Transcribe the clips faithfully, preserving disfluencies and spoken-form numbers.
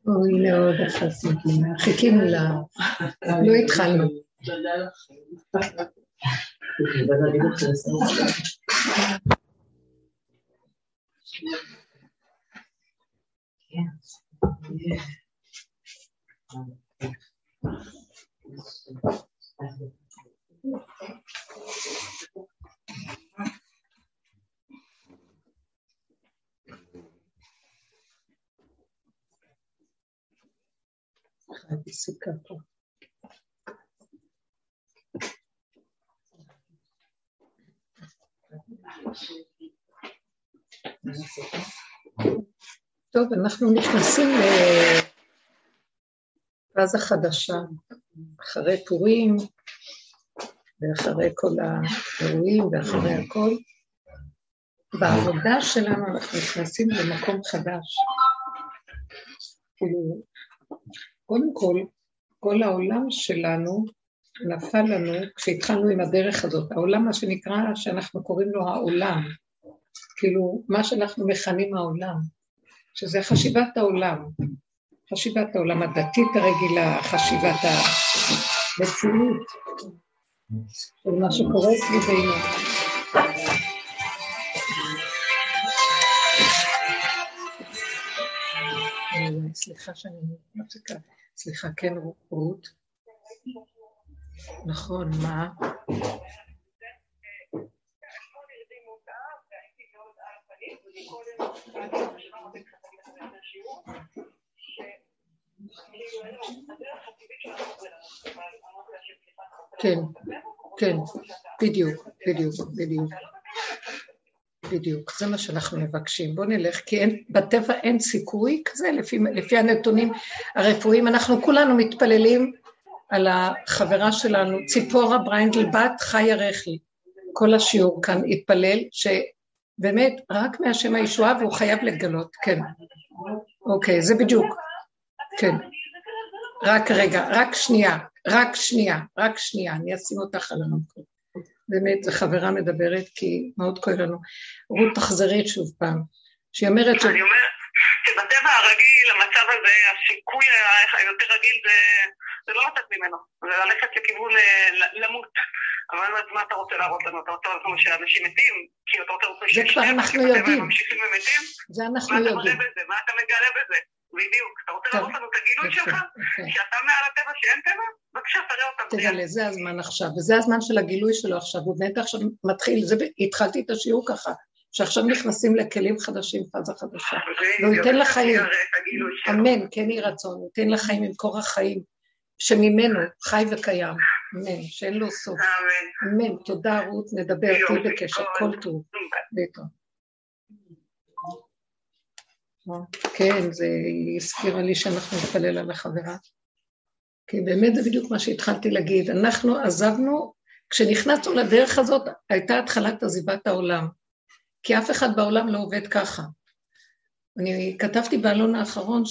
אוי מאוד החסידים, חיכינו לה, לא התחלנו. תודה לכם. חייתי סיכה פה. טוב, אנחנו נכנסים לפאזה חדשה, אחרי פורים, ואחרי כל האירועים, ואחרי הכל. בעבודה שלנו אנחנו נכנסים למקום חדש. כאילו, קודם כל, כל העולם שלנו נפל לנו כשהתחלנו עם הדרך הזאת. העולם, מה שנקרא, שאנחנו קוראים לו העולם. כאילו, מה שאנחנו מכנים העולם, שזה חשיבת העולם. חשיבת העולם הדתית הרגילה, חשיבת המציאות, של מה שקורה סביבנו. סליחה שאני מפסיקה. סליחה, כן, רות. נכון, מה? כן, כן, בדיוק, בדיוק, בדיוק. בדיוק, זה מה שאנחנו מבקשים. בוא נלך, כי אין, בטבע אין סיכוי כזה, לפי, לפי הנתונים הרפואיים, אנחנו כולנו מתפללים על החברה שלנו, ציפורה בריינדל בת חיה רחלי. כל השיעור כאן התפלל, שבאמת רק מהשם הישועה, והוא חייב לגלות, כן. אוקיי, זה בדיוק. כן. רק רגע, רק שנייה, רק שנייה, רק שנייה, אני אשים אותך על המקום. באמת, זו חברה מדברת, כי מאוד כואב לנו. רות תחזרי שוב פעם, שהיא אומרת ש... אני אומרת, שבטבע הרגיל, המצב הזה, הסיכוי היותר רגיל, זה, זה לא לתת ממנו, זה ללכת לכיוון למות. אבל מה אתה רוצה להראות לנו? אתה רוצה להראות שאנשים מתים? כי אתה רוצה להראות זה כבר אנחנו יודעים. ממשיכים ומתים? זה אנחנו יודעים. מה אתה מודה בזה? מה אתה מגלה בזה? בדיוק. אתה רוצה להראות לנו את הגילוי שלך? שאתה מעל הטבע שאין טבע? בבקשה, תראה אותם. תגלה, זה הזמן עכשיו, וזה הזמן של הגילוי שלו עכשיו, הוא באמת עכשיו מתחיל, התחלתי את השיעור ככה, שעכשיו נכנסים לכלים חדשים, פאזה חדשה, והוא ייתן לחיים, אמן, כן יהי רצון, הוא ייתן לחיים עם כורח חיים, שממנו חי וקיים, אמן, שאין לו סוף, אמן, תודה רות, נדבר, תהי בקשר, כל טוב, ביתו. כן, זה הזכירה לי שאנחנו נתפלל על החברה, כי באמת זה בדיוק מה שהתחלתי להגיד, אנחנו עזבנו, כשנכנסנו לדרך הזאת, הייתה התחלת עזיבת העולם, כי אף אחד בעולם לא עובד ככה. אני כתבתי בעלון האחרון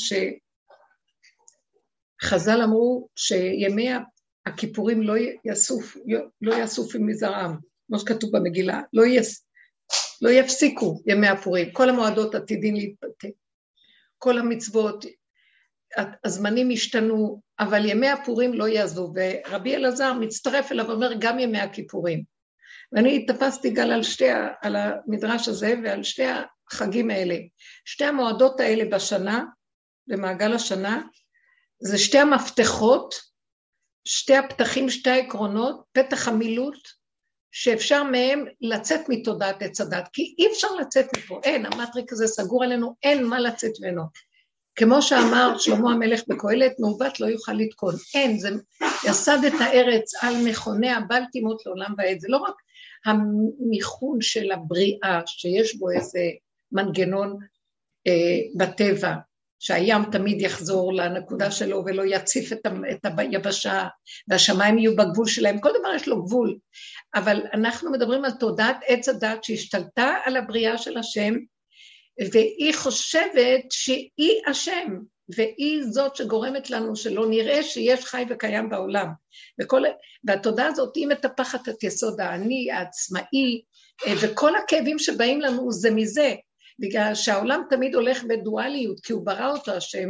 שחז"ל אמרו שימי הכיפורים לא יסוף, לא יסוף עם מזרעם, כמו שכתוב במגילה, לא, יס, לא יפסיקו ימי הפורים, כל המועדות עתידים להתבטא, כל המצוות, הזמנים השתנו, אבל ימי הפורים לא יעזו, ורבי אלעזר מצטרף אליו ואומר גם ימי הכיפורים. ואני תפסתי גל על, שתי, על המדרש הזה ועל שתי החגים האלה. שתי המועדות האלה בשנה, במעגל השנה, זה שתי המפתחות, שתי הפתחים, שתי העקרונות, פתח המילות, שאפשר מהם לצאת מתודעת עץ הדת, כי אי אפשר לצאת מפה, אין, המטריק הזה סגור עלינו, אין מה לצאת ממנו. כמו שאמר שלמה המלך בקהלת, מעוות לא יוכל לתקון, אין, זה יסד את הארץ על מכוניה, בל תימות לעולם ועד, זה לא רק המיכון של הבריאה, שיש בו איזה מנגנון אה, בטבע, שהים תמיד יחזור לנקודה שלו, ולא יציף את, את היבשה, והשמיים יהיו בגבול שלהם, כל דבר יש לו גבול, אבל אנחנו מדברים על תודעת עץ הדת, שהשתלטה על הבריאה של השם, והיא חושבת שהיא השם, והיא זאת שגורמת לנו שלא נראה שיש חי וקיים בעולם. וכל, והתודעה הזאת היא מטפחת את יסוד העני, העצמאי, וכל הכאבים שבאים לנו זה מזה, בגלל שהעולם תמיד הולך בדואליות, כי הוא ברא אותו השם,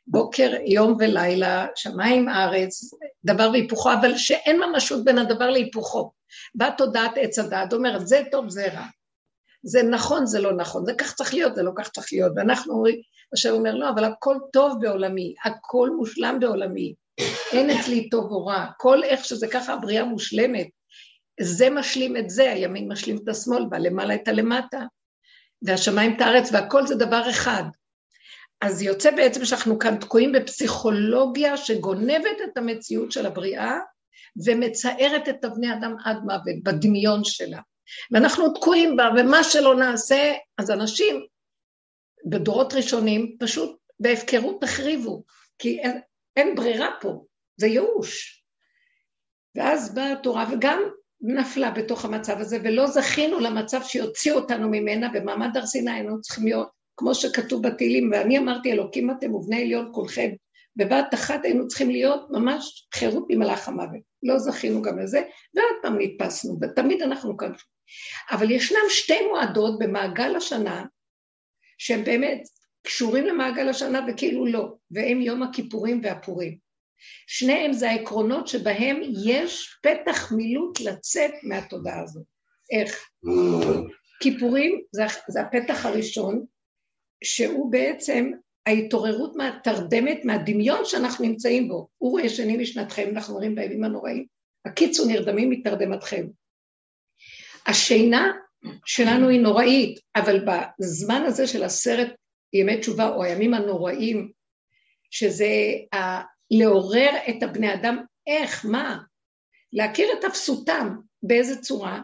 בוקר, יום ולילה, שמיים ארץ, דבר והיפוכו, אבל שאין ממשות בין הדבר להיפוכו. באה תודעת עץ הדעת, אומרת, זה טוב, זה רע. זה נכון, זה לא נכון, זה כך צריך להיות, זה לא כך צריך להיות. ואנחנו אומרים, השם אומר, לא, אבל הכל טוב בעולמי, הכל מושלם בעולמי. אין אצלי טוב או רע, כל איך שזה ככה הבריאה מושלמת. זה משלים את זה, הימין משלים את השמאל, והלמעלה את הלמטה, והשמיים את הארץ, והכל זה דבר אחד. אז יוצא בעצם שאנחנו כאן תקועים בפסיכולוגיה שגונבת את המציאות של הבריאה, ומצערת את הבני אדם עד מוות, בדמיון שלה. ואנחנו תקועים בה, ומה שלא נעשה, אז אנשים בדורות ראשונים פשוט בהפקרות תחריבו, כי אין, אין ברירה פה, זה ייאוש. ואז באה התורה, וגם נפלה בתוך המצב הזה, ולא זכינו למצב שיוציא אותנו ממנה, במעמד הר סיני היינו צריכים להיות, כמו שכתוב בתהילים, ואני אמרתי, אלוקים אתם ובני עליון כולכם, בבת אחת היינו צריכים להיות ממש חירות ממלאך המוות. לא זכינו גם לזה, ועד פעם נתפסנו, ותמיד אנחנו כאן. אבל ישנם שתי מועדות במעגל השנה, שהם באמת קשורים למעגל השנה וכאילו לא, והם יום הכיפורים והפורים. שניהם זה העקרונות שבהם יש פתח מילוט לצאת מהתודעה הזאת. איך? כיפורים זה, זה הפתח הראשון, שהוא בעצם ההתעוררות מהתרדמת, מהדמיון שאנחנו נמצאים בו. אורו ישנים משנתכם, אנחנו אומרים בימים הנוראים, הקיצו נרדמים מתרדמתכם. השינה שלנו היא נוראית, אבל בזמן הזה של עשרת ימי תשובה, או הימים הנוראים, שזה ה... לעורר את הבני אדם, איך, מה? להכיר את אפסותם, באיזה צורה?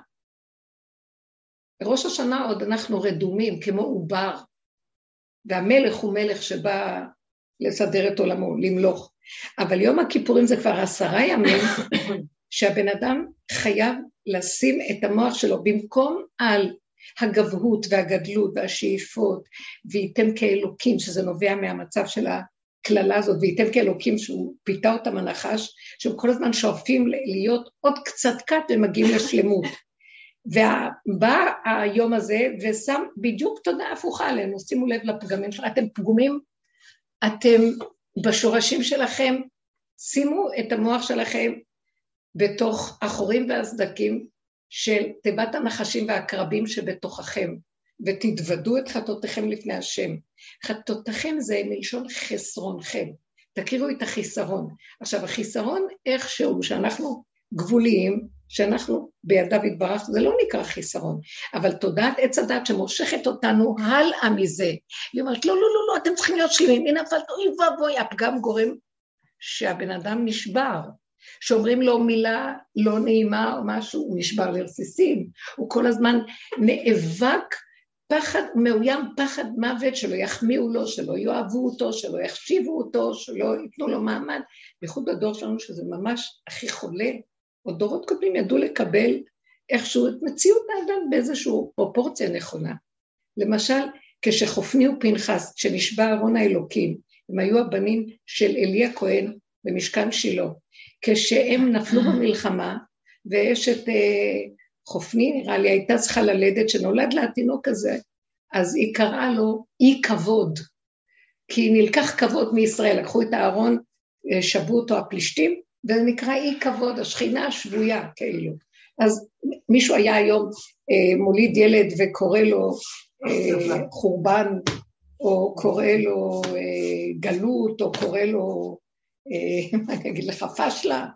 בראש השנה עוד אנחנו רדומים, כמו עובר, והמלך הוא מלך שבא לסדר את עולמו, למלוך. אבל יום הכיפורים זה כבר עשרה ימים, שהבן אדם חייב לשים את המוח שלו, במקום על הגבהות והגדלות והשאיפות, וייתם כאלוקים, שזה נובע מהמצב של הכללה הזאת, וייתם כאלוקים שהוא פיתה אותם הנחש, שהם כל הזמן שואפים להיות עוד קצת קט ומגיעים לשלמות. ובא היום הזה ושם בדיוק תודה הפוכה עלינו, שימו לב לפגמים שלכם, אתם פגומים, אתם בשורשים שלכם, שימו את המוח שלכם בתוך החורים והסדקים של תיבת הנחשים והקרבים שבתוככם, ותתוודו את חטאותיכם לפני השם. חטאותיכם זה מלשון חסרונכם, תכירו את החיסרון. עכשיו החיסרון איכשהו שאנחנו גבוליים, שאנחנו בידיו התברך, זה לא נקרא חיסרון, אבל תודעת עץ הדת שמושכת אותנו הלאה מזה. היא אומרת, לא, לא, לא, לא, אתם צריכים להיות שלמים, הנה נפלת, אוי ובוי, הפגם גורם שהבן אדם נשבר, שאומרים לו מילה לא נעימה או משהו, הוא נשבר לרסיסים, הוא כל הזמן נאבק, פחד, מאוים פחד מוות, שלא יחמיאו לו, שלא יאהבו אותו, שלא יחשיבו אותו, שלא ייתנו לו מעמד, בייחוד הדור שלנו שזה ממש הכי חולה, או דורות קודמים ידעו לקבל איכשהו את מציאות האדם באיזושהי פרופורציה נכונה. למשל, כשחופני ופנחס, כשנשבע ארון האלוקים, הם היו הבנים של אלי הכהן במשכן שילה, כשהם נפלו במלחמה, ויש את אה, חופני, נראה לי, הייתה צריכה ללדת, שנולד לה התינוק הזה, אז היא קראה לו אי כבוד, כי נלקח כבוד מישראל, לקחו את הארון, שבו אותו הפלישתים, וזה נקרא אי כבוד, השכינה השבויה, כאילו. אז מישהו היה היום אה, מוליד ילד וקורא לו אה, חורבן, או קורא לו אה, גלות, או קורא לו, אה, מה אני אגיד לך, פשלה,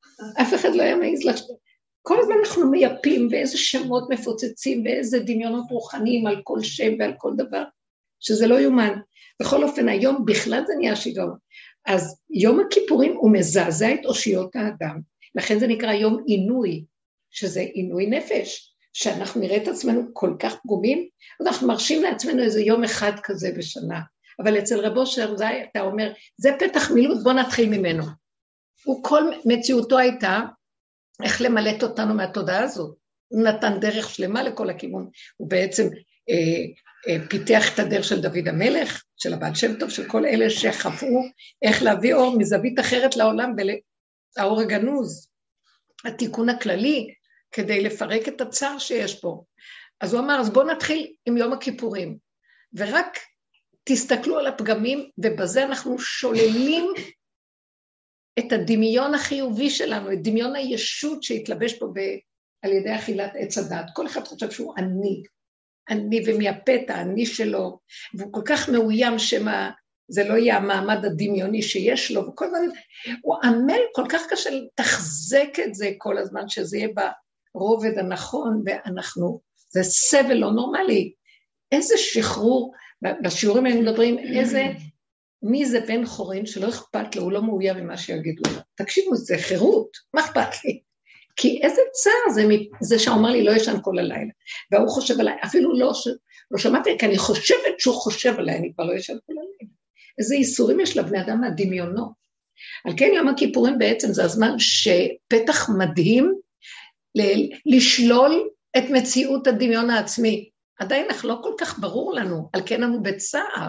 אף אחד לא היה מעיז לך. כל הזמן אנחנו מייפים באיזה שמות מפוצצים, באיזה דמיונות רוחניים על כל שם ועל כל דבר, שזה לא יומן. בכל אופן, היום בכלל זה נהיה שיגעון. אז יום הכיפורים הוא מזעזע את אושיות האדם, לכן זה נקרא יום עינוי, שזה עינוי נפש, שאנחנו נראה את עצמנו כל כך פגומים, אנחנו מרשים לעצמנו איזה יום אחד כזה בשנה, אבל אצל רב אושר זה אתה אומר, זה פתח מילוט, בוא נתחיל ממנו. וכל מציאותו הייתה, איך למלט אותנו מהתודעה הזאת, הוא נתן דרך שלמה לכל הכיוון, הוא בעצם אה, אה, פיתח את הדרך של דוד המלך, של הבעל שם טוב, של כל אלה שחפרו איך להביא אור מזווית אחרת לעולם, האור הגנוז, התיקון הכללי, כדי לפרק את הצער שיש פה. אז הוא אמר, אז בוא נתחיל עם יום הכיפורים, ורק תסתכלו על הפגמים, ובזה אנחנו שוללים את הדמיון החיובי שלנו, את דמיון הישות שהתלבש פה ב, על ידי אכילת עץ הדת. כל אחד חושב שהוא עני, עני ומייפה את העני שלו, והוא כל כך מאוים שמה, זה לא יהיה המעמד הדמיוני שיש לו, וכל הזמן, הוא עמל כל כך קשה לתחזק את זה כל הזמן, שזה יהיה ברובד הנכון, ואנחנו, זה סבל לא נורמלי. איזה שחרור, בשיעורים היינו מדברים, איזה, מי זה בן חורין שלא אכפת לו, הוא לא מאוים ממה שיגידו לו. תקשיבו, זה חירות, מה אכפת לי? כי איזה צער זה, זה שאומר לי לא ישן כל הלילה, והוא חושב עליי, אפילו לא, לא שמעתי, כי אני חושבת שהוא חושב עליי, אני כבר לא ישן כל הלילה. איזה איסורים יש לבני אדם מהדמיונו. על כן יום הכיפורים בעצם זה הזמן שפתח מדהים ל- לשלול את מציאות הדמיון העצמי. עדיין אך לא כל כך ברור לנו, על כן אנו בצער,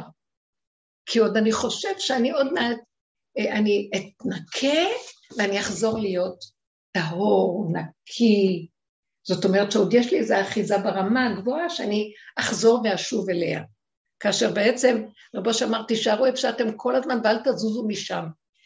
כי עוד אני חושב שאני עוד מעט, אני אתנקה ואני אחזור להיות טהור, נקי, זאת אומרת שעוד יש לי איזו אחיזה ברמה הגבוהה שאני אחזור ואשוב אליה. כאשר בעצם, רבו שאמרתי, שערו איפה שאתם כל הזמן ואל תזוזו משם,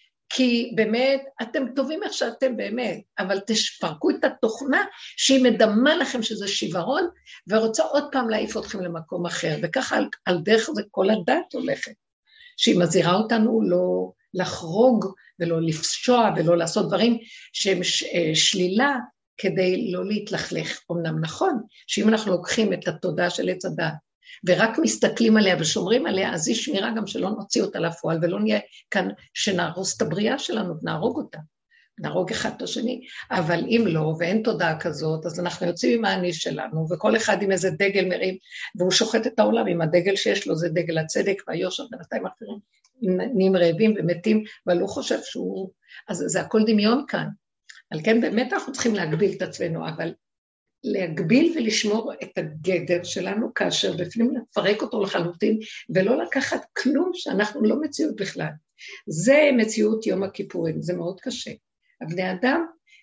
כי באמת אתם טובים איך שאתם באמת, אבל תשפרקו את התוכנה שהיא מדמה לכם שזה שיוורון, ורוצה עוד פעם להעיף אתכם למקום אחר, וככה על, על דרך זה כל הדת הולכת, שהיא מזהירה אותנו לא לחרוג ולא לפשוע ולא לעשות דברים שהם ש, שלילה, כדי לא להתלכלך. אמנם נכון, שאם אנחנו לוקחים את התודעה של עץ הדעת, ורק מסתכלים עליה ושומרים עליה, אז היא שמירה גם שלא נוציא אותה לפועל, ולא נהיה כאן שנהרוס את הבריאה שלנו, נהרוג אותה, נהרוג אחד את השני, אבל אם לא, ואין תודעה כזאת, אז אנחנו יוצאים עם העני שלנו, וכל אחד עם איזה דגל מרים, והוא שוחט את העולם עם הדגל שיש לו, זה דגל הצדק והיושר, בינתיים אחרים נהיים רעבים ומתים, אבל הוא חושב שהוא, אז זה הכל דמיון כאן, על כן באמת אנחנו צריכים להגביל את עצמנו, אבל להגביל ולשמור את הגדר שלנו, כאשר בפנים לפרק אותו לחלוטין, ולא לקחת כלום שאנחנו לא מציאות בכלל. זה מציאות יום הכיפורים, זה מאוד קשה. הבני אדם,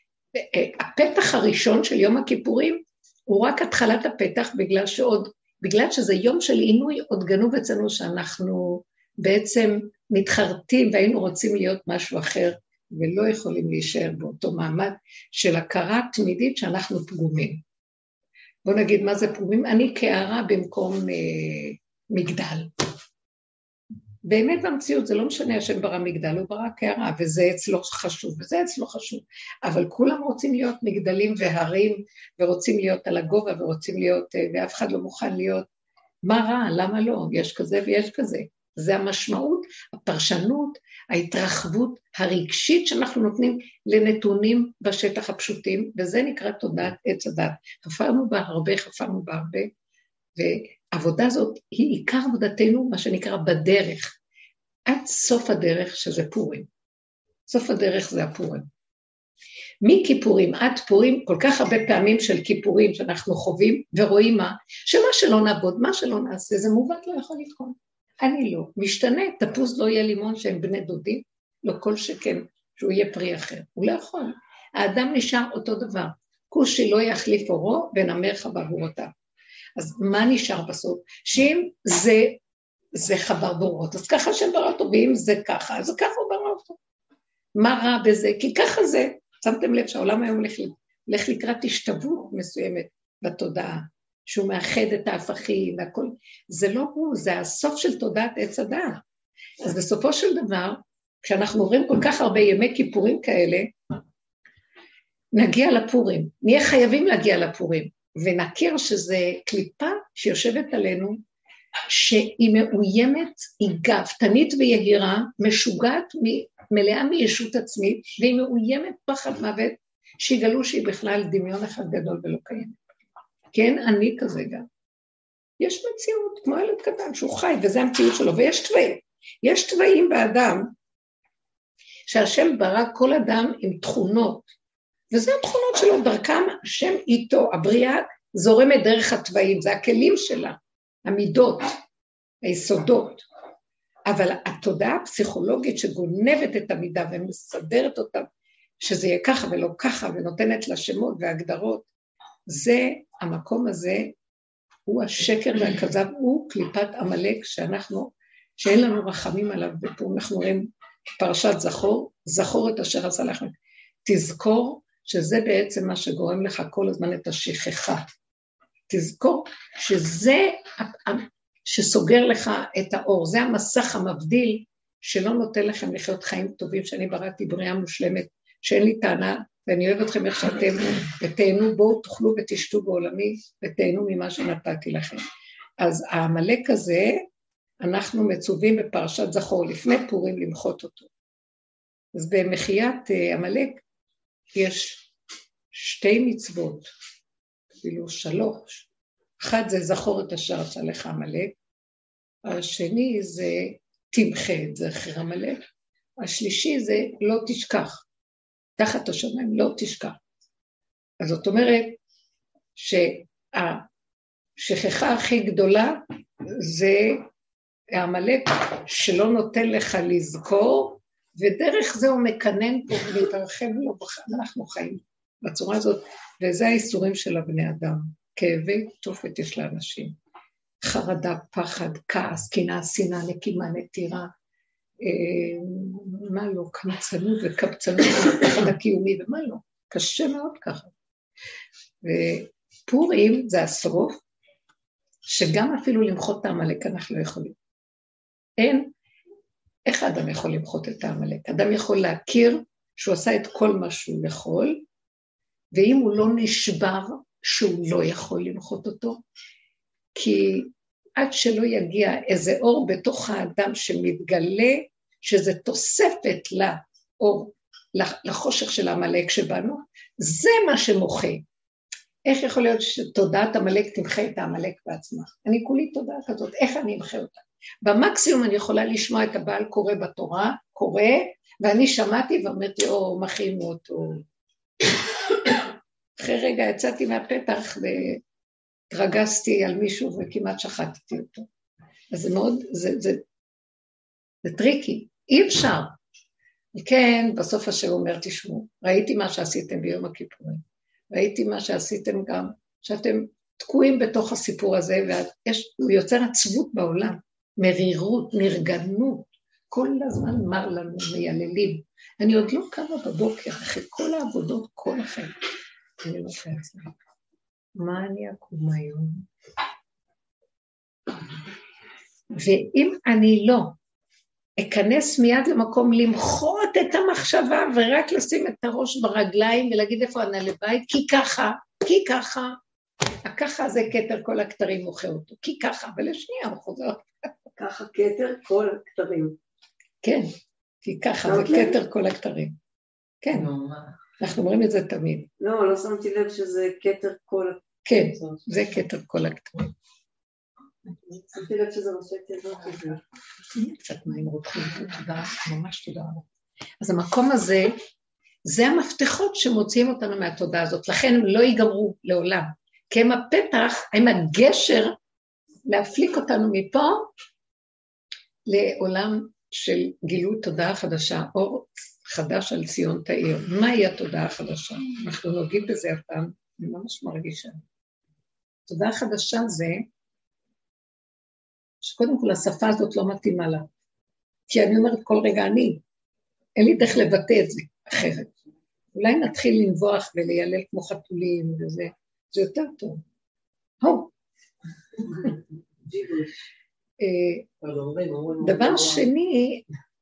הפתח הראשון של יום הכיפורים, הוא רק התחלת הפתח, בגלל שעוד, בגלל שזה יום של עינוי, עוד גנוב אצלנו שאנחנו בעצם מתחרטים, והיינו רוצים להיות משהו אחר, ולא יכולים להישאר באותו מעמד של הכרה תמידית שאנחנו פגומים. בוא נגיד מה זה פגומים, אני כערה במקום אה, מגדל. באמת במציאות זה לא משנה השם ברא מגדל, הוא ברא כערה, וזה אצלו חשוב, וזה אצלו חשוב, אבל כולם רוצים להיות מגדלים והרים, ורוצים להיות על הגובה, ורוצים להיות, ואף אחד לא מוכן להיות, מה רע, למה לא, יש כזה ויש כזה. זה המשמעות, הפרשנות, ההתרחבות הרגשית שאנחנו נותנים לנתונים בשטח הפשוטים, וזה נקרא תודעת עץ הדת. חפרנו בה הרבה, חפרנו בה הרבה, ועבודה זאת היא עיקר עבודתנו, מה שנקרא בדרך, עד סוף הדרך שזה פורים. סוף הדרך זה הפורים. מכיפורים עד פורים, כל כך הרבה פעמים של כיפורים שאנחנו חווים ורואים מה, שמה שלא נעבוד, מה שלא נעשה, זה מובן לא יכול לתקון. אני לא, משתנה, תפוז לא יהיה לימון שהם בני דודים, לא כל שכן, שהוא יהיה פרי אחר, הוא לא יכול. האדם נשאר אותו דבר, כושי לא יחליף אורו ונמר חברבורותיו. אז מה נשאר בסוף? שאם זה, זה חברבורות, אז ככה שם ברא אותו, ואם זה ככה, אז ככה הוא ברא אותו. מה רע בזה? כי ככה זה, שמתם לב שהעולם היום הולך, הולך לקראת השתוות מסוימת בתודעה, שהוא מאחד את ההפכים והכל, זה לא הוא, זה הסוף של תודעת עץ הדעת. אז בסופו של דבר, כשאנחנו עוברים כל כך הרבה ימי כיפורים כאלה, נגיע לפורים, נהיה חייבים להגיע לפורים, ונכיר שזה קליפה שיושבת עלינו, שהיא מאוימת, היא גאוותנית ויהירה, משוגעת, מלאה מישות עצמית, והיא מאוימת פחד מוות, שיגלו שהיא בכלל דמיון אחד גדול ולא קיימת. כן, אני כזה גם. יש מציאות, כמו ילד קטן, שהוא חי, וזה המציאות שלו, ויש טבעים. יש טבעים באדם, שהשם ברא כל אדם עם תכונות, וזה התכונות שלו, דרכם השם איתו, הבריאה זורמת דרך הטבעים, זה הכלים שלה, המידות, היסודות, אבל התודעה הפסיכולוגית שגונבת את המידה, ומסדרת אותה, שזה יהיה ככה ולא ככה, ונותנת לה שמות והגדרות, זה, המקום הזה, הוא השקר והכזב, הוא קליפת עמלק שאנחנו שאין לנו רחמים עליו, ופה אנחנו רואים פרשת זכור, זכור את אשר עשה לכם. תזכור שזה בעצם מה שגורם לך כל הזמן את השכחה. תזכור שזה שסוגר לך את האור, זה המסך המבדיל שלא נותן לכם לחיות חיים טובים, שאני בראתי בריאה מושלמת, שאין לי טענה, ואני אוהב אתכם איך שאתם, ותהנו בואו, תאכלו ותשתו בעולמי, ותהנו ממה שנתתי לכם. אז העמלק הזה, אנחנו מצווים בפרשת זכור, לפני פורים למחות אותו. אז במחיית עמלק, יש שתי מצוות, אפילו שלוש. אחד זה זכור את אשר עשה לך עמלק, השני זה תמחה את זכר עמלק, השלישי זה לא תשכח, תחת השמיים לא תשכח. אז זאת אומרת שהשכחה הכי גדולה זה העמלק שלא נותן לך לזכור, ודרך זה הוא מקנן פה ולהתרחב לו, אנחנו חיים בצורה הזאת, וזה האיסורים של הבני אדם, כאבי תופת יש לאנשים, חרדה, פחד, כעס, קנאה, שנאה, נקימה, נטירה, אה, מה לא, קמצנות וקבצנות, הפחד הקיומי ומה לא, קשה מאוד ככה. ופורים זה הסרוף, שגם אפילו למחות את העמלק אנחנו לא יכולים. אין, איך האדם יכול למחות את העמלק? אדם יכול להכיר שהוא עשה את כל מה שהוא יכול, ואם הוא לא נשבר, שהוא לא יכול למחות אותו, כי עד שלא יגיע איזה אור בתוך האדם שמתגלה, שזה תוספת לאור, לחושך של העמלק שבנו, זה מה שמוחה. איך יכול להיות שתודעת עמלק תמחה את העמלק בעצמה? אני כולי תודעה כזאת, איך אני אמחה אותה? במקסימום אני יכולה לשמוע את הבעל קורא בתורה, קורא, ואני שמעתי ואומרתי, או, מכינו אותו. אחרי רגע יצאתי מהפתח והתרגזתי על מישהו וכמעט שחטתי אותו. אז זה מאוד, זה, זה, זה טריקי, אי אפשר. וכן, בסוף השם אומר, תשמעו, ראיתי מה שעשיתם ביום הכיפורים, ראיתי מה שעשיתם גם, שאתם תקועים בתוך הסיפור הזה, והוא יוצר עצבות בעולם, מרירות, נרגנות, כל הזמן מר לנו, מייללים. אני עוד לא קמה בבוקר, אחרי כל העבודות, כל החיים. אני לא חייבת לעצמי. מה אני אקום היום? ואם אני לא אכנס מיד למקום למחות את המחשבה, ורק לשים את הראש ברגליים, ולהגיד איפה אני לבית, כי ככה, כי ככה, הככה זה כתר כל הכתרים מוכר אותו, כי ככה, ולשנייה הוא חוזר. ככה כתר כל הכתרים. כן, כי ככה זה כתר כל הכתרים. כן, אנחנו אומרים את זה תמיד. לא, לא שמתי לב שזה כתר כל הכתרים. כן, זה כתר כל הכתרים. שמתי לב שזה ראשי תיבות הזה. קצת מים רותחים, תודה, ממש תודה. אז המקום הזה, זה המפתחות שמוציאים אותנו מהתודעה הזאת, לכן הם לא ייגמרו לעולם, כי הם הפתח, הם הגשר להפליק אותנו מפה לעולם של גילוי תודעה חדשה, אור חדש על ציון תאיר. מהי התודעה החדשה? אנחנו נוגעים בזה הפעם, אני ממש מרגישה. תודעה חדשה זה, שקודם כל השפה הזאת לא מתאימה לה, כי אני אומרת כל רגע אני, אין לי דרך לבטא את זה אחרת. אולי נתחיל לנבוח וליילל כמו חתולים וזה, זה יותר טוב. הו. דבר שני,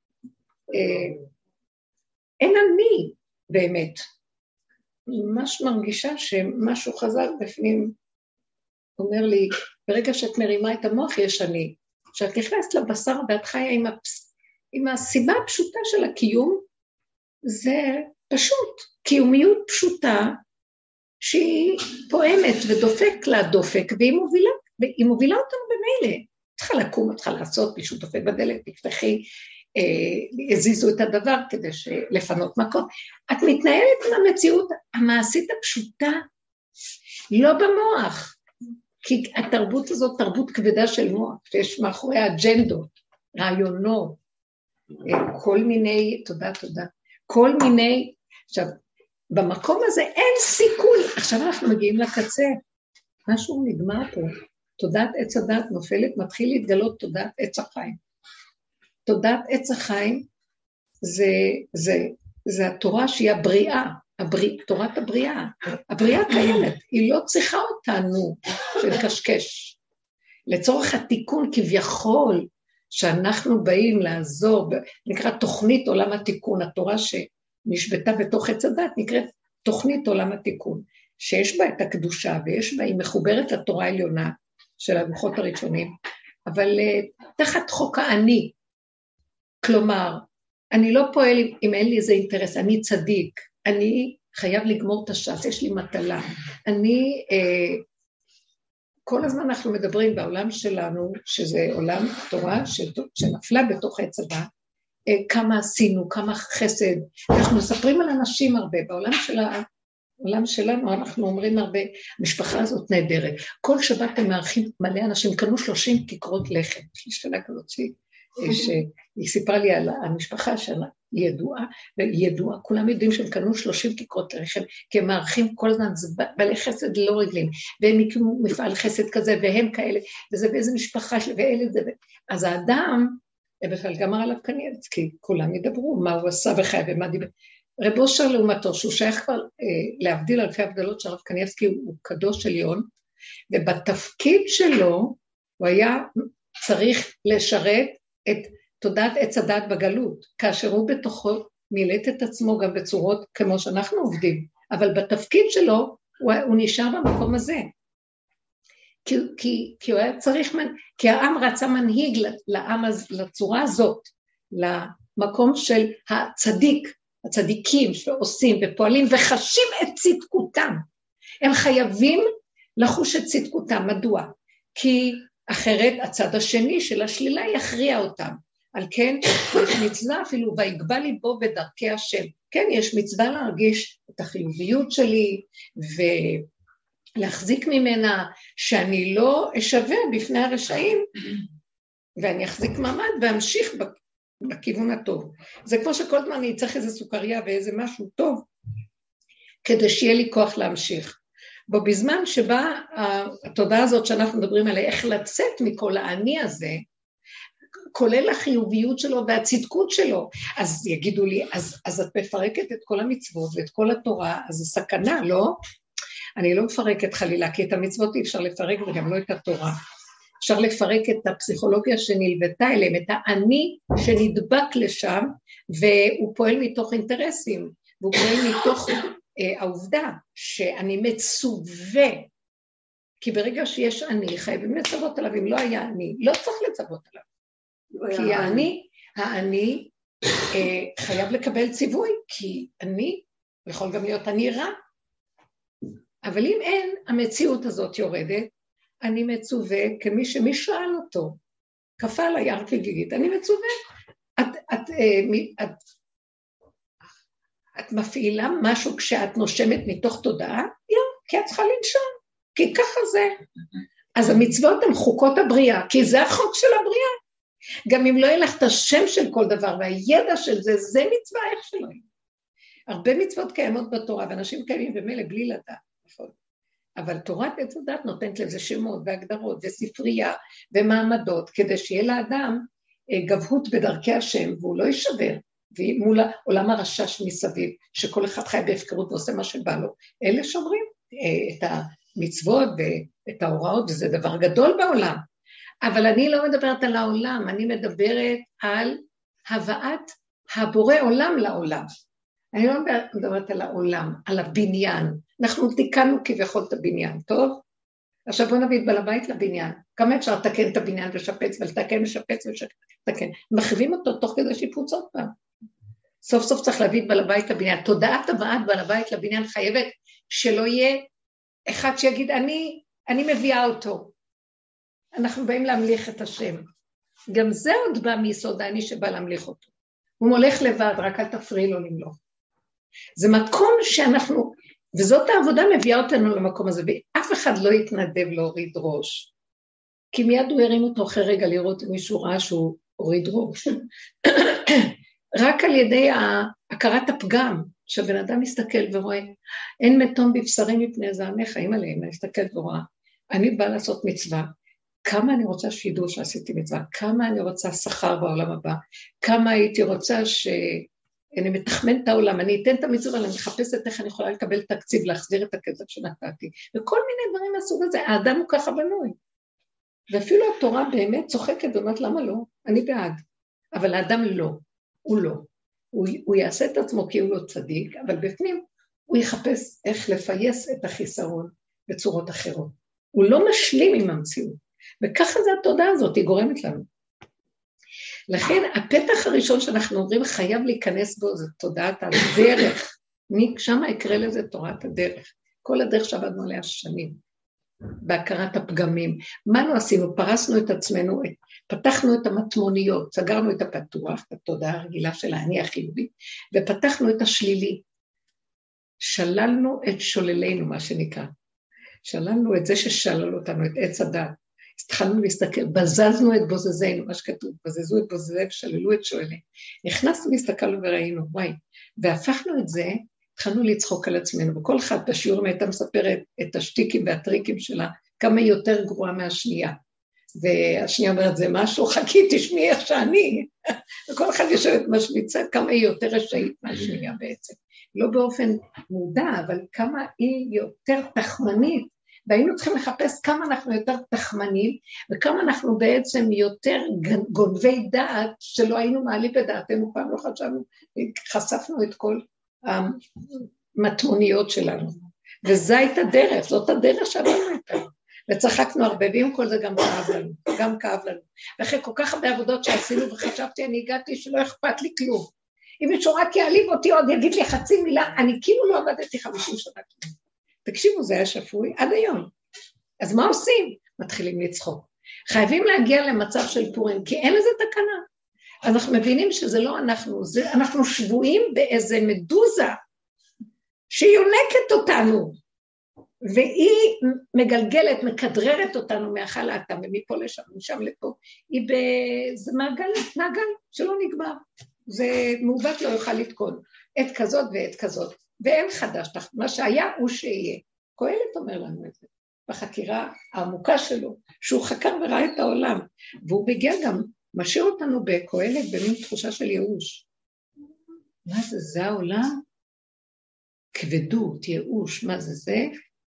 אין אני באמת. אני ממש מרגישה שמשהו חזק בפנים, אומר לי, ברגע שאת מרימה את המוח יש אני. כשאת נכנסת לבשר ואת חיה עם, הפס... עם הסיבה הפשוטה של הקיום, זה פשוט, קיומיות פשוטה, שהיא פועמת ודופק לה דופק, והיא מובילה, והיא מובילה אותנו במילא. צריכה לקום, צריכה לעשות, מישהו דופק בדלת, תפתחי, אה, הזיזו את הדבר כדי לפנות מקום. את מתנהלת עם המציאות המעשית הפשוטה, לא במוח, כי התרבות הזאת תרבות כבדה של מוח, שיש מאחורי האג'נדות, רעיונות, כל מיני, תודה, תודה, כל מיני, עכשיו, במקום הזה אין סיכוי, עכשיו אנחנו מגיעים לקצה, משהו נגמר פה, תודעת עץ הדת נופלת, מתחיל להתגלות תודעת עץ החיים, תודעת עץ החיים זה, זה, זה התורה שהיא הבריאה, הבריא, תורת הבריאה. הבריאה קיימת, היא לא צריכה אותנו לקשקש. לצורך התיקון כביכול, שאנחנו באים לעזור, נקרא תוכנית עולם התיקון, התורה שנשבתה בתוך עץ הדת, נקראת תוכנית עולם התיקון, שיש בה את הקדושה, ויש בה, היא מחוברת לתורה העליונה של הלוחות הראשונים, אבל uh, תחת חוק האני, כלומר, אני לא פועל אם אין לי איזה אינטרס, אני צדיק, אני חייב לגמור את הש"ס, יש לי מטלה, אני, uh, כל הזמן אנחנו מדברים בעולם שלנו, שזה עולם תורה שנפלה בתוך עץ הדת, כמה עשינו, כמה חסד, אנחנו מספרים על אנשים הרבה, בעולם של העולם שלנו אנחנו אומרים הרבה, המשפחה הזאת נהדרת, כל שבת הם מארחים מלא אנשים, קנו שלושים כיכרות לחם, יש לי שאלה כזאת שהיא סיפרה לי על המשפחה שלה, היא ידועה, והיא ידועה, כולם יודעים שהם קנו שלושים כיכרות לחם, כי הם מארחים כל הזמן, זה בעלי חסד לא רגלים, והם הקימו מפעל חסד כזה, והם כאלה, וזה באיזה משפחה, ואלה זה, אז האדם, בכלל גמר עליו קניאצקי, כולם ידברו, מה הוא עשה בחי ומה דיבר, רב אושר לעומתו, שהוא שייך כבר אה, להבדיל אלפי הבדלות שהרב קניאצקי הוא קדוש עליון, ובתפקיד שלו הוא היה צריך לשרת את תודעת עץ הדת בגלות, כאשר הוא בתוכו מילאת את עצמו גם בצורות כמו שאנחנו עובדים, אבל בתפקיד שלו הוא, הוא נשאר במקום הזה, כי, כי, כי הוא היה צריך, כי העם רצה מנהיג לעם, לצורה הזאת, למקום של הצדיק, הצדיקים שעושים ופועלים וחשים את צדקותם, הם חייבים לחוש את צדקותם, מדוע? כי אחרת הצד השני של השלילה יכריע אותם, על כן יש מצווה אפילו ויגבה ליבו בדרכי השם, כן יש מצווה להרגיש את החיוביות שלי ולהחזיק ממנה שאני לא אשווה בפני הרשעים ואני אחזיק מעמד ואמשיך בכיוון הטוב. זה כמו שכל זמן אני צריך איזה סוכריה ואיזה משהו טוב כדי שיהיה לי כוח להמשיך. בו בזמן שבה התודעה הזאת שאנחנו מדברים עליה, איך לצאת מכל העני הזה, כולל החיוביות שלו והצדקות שלו, אז יגידו לי, אז, אז את מפרקת את כל המצוות ואת כל התורה, אז זה סכנה, לא? אני לא מפרקת חלילה, כי את המצוות אי אפשר לפרק וגם לא את התורה. אפשר לפרק את הפסיכולוגיה שנלוותה אליהם, את העני שנדבק לשם, והוא פועל מתוך אינטרסים, והוא פועל מתוך אה, העובדה שאני מצווה, כי ברגע שיש אני, חייבים לצוות עליו, אם לא היה אני, לא צריך לצוות עליו. כי העני, העני אה, חייב לקבל ציווי, כי אני, יכול גם להיות אני רע, אבל אם אין, המציאות הזאת יורדת, אני מצווה כמי שמי שאל אותו, כפה על היער כגיגית, אני מצווה, את, את, את, את, את מפעילה משהו כשאת נושמת מתוך תודעה, יום, כי את צריכה לנשום, כי ככה זה. אז המצוות הן חוקות הבריאה, כי זה החוק של הבריאה. גם אם לא יהיה לך את השם של כל דבר, והידע של זה, זה מצווה איך שלא יהיה. הרבה מצוות קיימות בתורה, ואנשים קיימים במילא בלי לדעת, נכון? אבל תורת עץ הדת נותנת לזה שמות והגדרות וספרייה ומעמדות, כדי שיהיה לאדם גבהות בדרכי השם, והוא לא יישבר, מול עולם הרשש מסביב, שכל אחד חי בהפקרות ועושה מה שבא לו. אלה שומרים את המצוות ואת ההוראות, וזה דבר גדול בעולם. אבל אני לא מדברת על העולם, אני מדברת על הבאת הבורא עולם לעולם. אני לא מדברת על העולם, על הבניין. אנחנו תיקנו כביכול את הבניין, טוב? עכשיו בוא נביא את בעל הבית לבניין. כמה אפשר לתקן את הבניין ושפץ, ולתקן ושפץ ושתקן. מחריבים אותו תוך כדי שיפוץ עוד פעם. סוף סוף צריך להביא את בעל הבית לבניין. תודעת הבאת בעל הבית לבניין חייבת שלא יהיה אחד שיגיד, אני, אני מביאה אותו. אנחנו באים להמליך את השם. גם זה עוד בא מיסוד העני שבא להמליך אותו. הוא מולך לבד, רק אל תפריעי לו למלוך. זה מקום שאנחנו, וזאת העבודה מביאה אותנו למקום הזה, ואף אחד לא יתנדב להוריד ראש. כי מיד הוא הרים אותו אחרי רגע לראות מישהו ראה שהוא הוריד ראש. רק על ידי הכרת הפגם, שהבן אדם מסתכל ורואה, אין מתום בבשרים מפני זעמך, אם עליהם, אני מסתכל ורואה, אני באה לעשות מצווה, כמה אני רוצה שידעו שעשיתי מצווה, כמה אני רוצה שכר בעולם הבא, כמה הייתי רוצה שאני מתחמן את העולם, אני אתן את המצווה, אני מחפשת איך אני יכולה לקבל תקציב, להחזיר את הכסף שנתתי, וכל מיני דברים מהסוג הזה, האדם הוא ככה בנוי. ואפילו התורה באמת צוחקת ואומרת, למה לא? אני בעד. אבל האדם לא, הוא לא. הוא, הוא יעשה את עצמו כי הוא לא צדיק, אבל בפנים הוא יחפש איך לפייס את החיסרון בצורות אחרות. הוא לא משלים עם המציאות. וככה זה התודעה הזאת, היא גורמת לנו. לכן הפתח הראשון שאנחנו אומרים חייב להיכנס בו, זה תודעת הדרך. שם יקרה לזה תורת הדרך. כל הדרך שעבדנו עליה שנים. בהכרת הפגמים. מה לא עשינו? פרסנו את עצמנו, פתחנו את המטמוניות, סגרנו את הפתוח, את התודעה הרגילה של האני החיובי, ופתחנו את השלילי. שללנו את שוללינו, מה שנקרא. שללנו את זה ששלל אותנו, את עץ הדת. התחלנו להסתכל, בזזנו את בוזזנו, מה שכתוב, בזזו את בוזזנו, שללו את שואלים. נכנסנו, הסתכלנו וראינו, וואי, והפכנו את זה, התחלנו לצחוק על עצמנו, וכל אחד בשיעורים הייתה מספרת את השטיקים והטריקים שלה, כמה היא יותר גרועה מהשנייה. והשנייה אומרת, זה משהו, חכי, תשמעי איך שאני. וכל אחד יושבת משמיצה, כמה היא יותר רשאית מהשנייה בעצם. לא באופן מודע, אבל כמה היא יותר תחמנית, והיינו צריכים לחפש כמה אנחנו יותר תחמנים, וכמה אנחנו בעצם יותר גונבי דעת, שלא היינו מעלים בדעתנו, פעם לא חשבנו, חשפנו את כל המטמוניות שלנו. וזו הייתה דרך, זאת הדרך שעברנו איתה. וצחקנו הרבה, ועם כל זה גם כאב לנו, גם כאב לנו. ואחרי כל כך הרבה עבודות שעשינו, וחשבתי, אני הגעתי שלא אכפת לי כלום. אם מישהו רק יעליב אותי עוד, יגיד לי חצי מילה, אני כאילו לא עבדתי חמישים שנה כלום. תקשיבו, זה היה שפוי עד היום. אז מה עושים? מתחילים לצחוק. חייבים להגיע למצב של פורים, כי אין לזה תקנה. אנחנו מבינים שזה לא אנחנו, זה, אנחנו שבועים באיזה מדוזה, שהיא יונקת אותנו, והיא מגלגלת, מקדררת אותנו מאכל לאטם, ומפה לשם, משם לפה. היא באיזה מעגל, מעגל שלא נגמר. זה מעוות לא יוכל לתקון. עת כזאת ועת כזאת. ואין חדש, מה שהיה הוא שיהיה. קהלת אומר לנו את זה, בחקירה העמוקה שלו, שהוא חקר וראה את העולם, והוא מגיע גם, משאיר אותנו בקהלת במין תחושה של ייאוש. מה זה, זה העולם? כבדות, ייאוש, מה זה זה?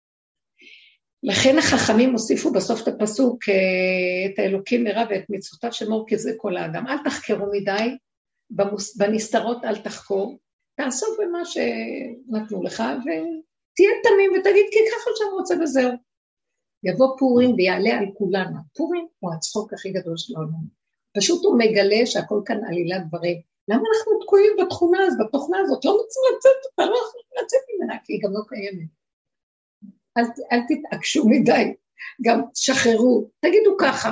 לכן החכמים הוסיפו בסוף את הפסוק, את האלוקים מרע ואת מצוותיו שמור כי זה כל האדם. אל תחקרו מדי, בנסתרות אל תחקור, תעסוק במה שנתנו לך, ותהיה תמים ותגיד, כי ככה שאני רוצה וזהו. יבוא פורים ויעלה על כולנו. פורים הוא הצחוק הכי גדול של העולם. פשוט הוא מגלה שהכל כאן עלילת דברים. למה אנחנו תקועים בתכונה הזאת, בתוכנה הזאת? לא רוצים לצאת אותה, לא יכולים לצאת ממנה, כי היא גם לא קיימת. אל, אל תתעקשו מדי, גם תשחררו, תגידו ככה,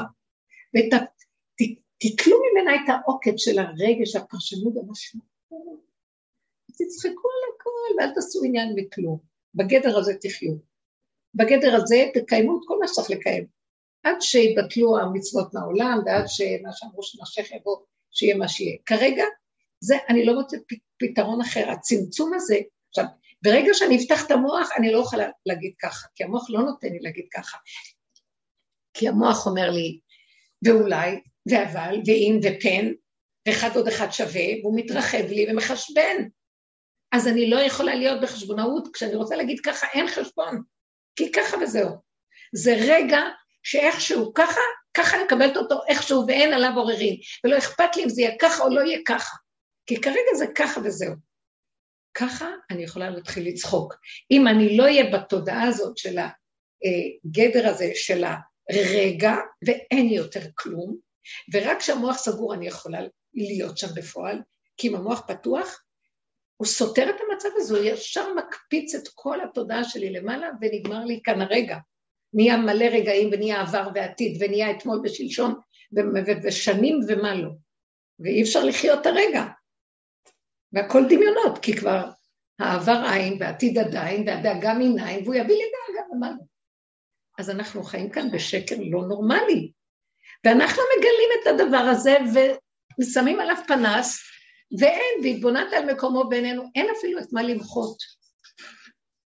ותתלו ממנה את העוקד של הרגש, הפרשנות המשמעות. תצחקו על הכל, ואל תעשו עניין מכלום. בגדר הזה תחיו. בגדר הזה תקיימו את כל מה שצריך לקיים. עד שיבטלו המצוות מהעולם, ועד שמה שאמרו שנשך יבוא, שיהיה מה שיהיה. כרגע, זה, אני לא רוצה פתרון אחר. הצמצום הזה, עכשיו, ברגע שאני אפתח את המוח, אני לא אוכל להגיד ככה, כי המוח לא נותן לי להגיד ככה. כי המוח אומר לי, ואולי, ואבל, ואם, ופן, ואחד עוד אחד שווה, והוא מתרחב לי ומחשבן. אז אני לא יכולה להיות בחשבונאות, כשאני רוצה להגיד ככה, אין חשבון, כי ככה וזהו. זה רגע שאיכשהו ככה, ככה אני מקבלת אותו איכשהו, ואין עליו עוררים, ולא אכפת לי אם זה יהיה ככה או לא יהיה ככה, כי כרגע זה ככה וזהו. ככה אני יכולה להתחיל לצחוק. אם אני לא אהיה בתודעה הזאת של הגדר הזה, של הרגע, ואין יותר כלום, ורק כשהמוח סגור אני יכולה להיות שם בפועל, כי אם המוח פתוח, הוא סותר את המצב הזה, הוא ישר מקפיץ את כל התודעה שלי למעלה, ונגמר לי כאן הרגע. נהיה מלא רגעים, ונהיה עבר ועתיד, ונהיה אתמול בשלשון, ושנים ומה לא. ואי אפשר לחיות הרגע. והכל דמיונות, כי כבר העבר עין, והעתיד עדיין, והדאגה מנין, והוא יביא לי דאגה ומה לא. אז אנחנו חיים כאן בשקר לא נורמלי. ואנחנו מגלים את הדבר הזה, ושמים עליו פנס, ואין, והתבונת על מקומו בינינו, אין אפילו את מה למחות.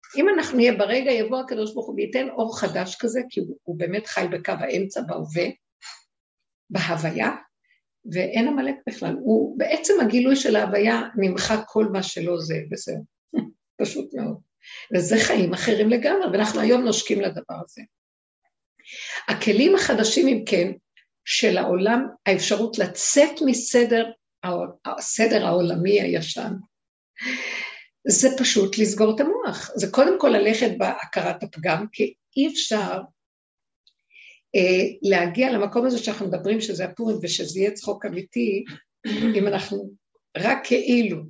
אם אנחנו נהיה ברגע, יבוא הקדוש ברוך הוא וייתן אור חדש כזה, כי הוא, הוא באמת חי בקו האמצע בהווה, בהוויה, ואין המלאק בכלל. הוא בעצם הגילוי של ההוויה נמחק כל מה שלא זה, וזה פשוט מאוד. וזה חיים אחרים לגמרי, ואנחנו היום נושקים לדבר הזה. הכלים החדשים, אם כן, של העולם, האפשרות לצאת מסדר, הסדר העולמי הישן, זה פשוט לסגור את המוח. זה קודם כל ללכת בהכרת הפגם, כי אי אפשר אה, להגיע למקום הזה שאנחנו מדברים שזה הפורים, ושזה יהיה צחוק אמיתי, אם אנחנו רק כאילו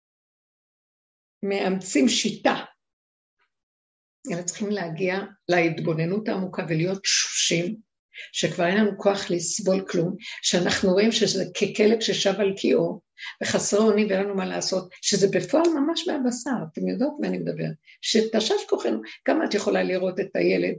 מאמצים שיטה, אלא צריכים להגיע להתבוננות העמוקה ולהיות תשושים, שכבר אין לנו כוח לסבול כלום, שאנחנו רואים שזה ככלב ששב על קיאו, וחסרי אונים ואין לנו מה לעשות, שזה בפועל ממש מהבשר, אתם יודעות מה אני מדבר, שתשש כוחנו, כמה את יכולה לראות את הילד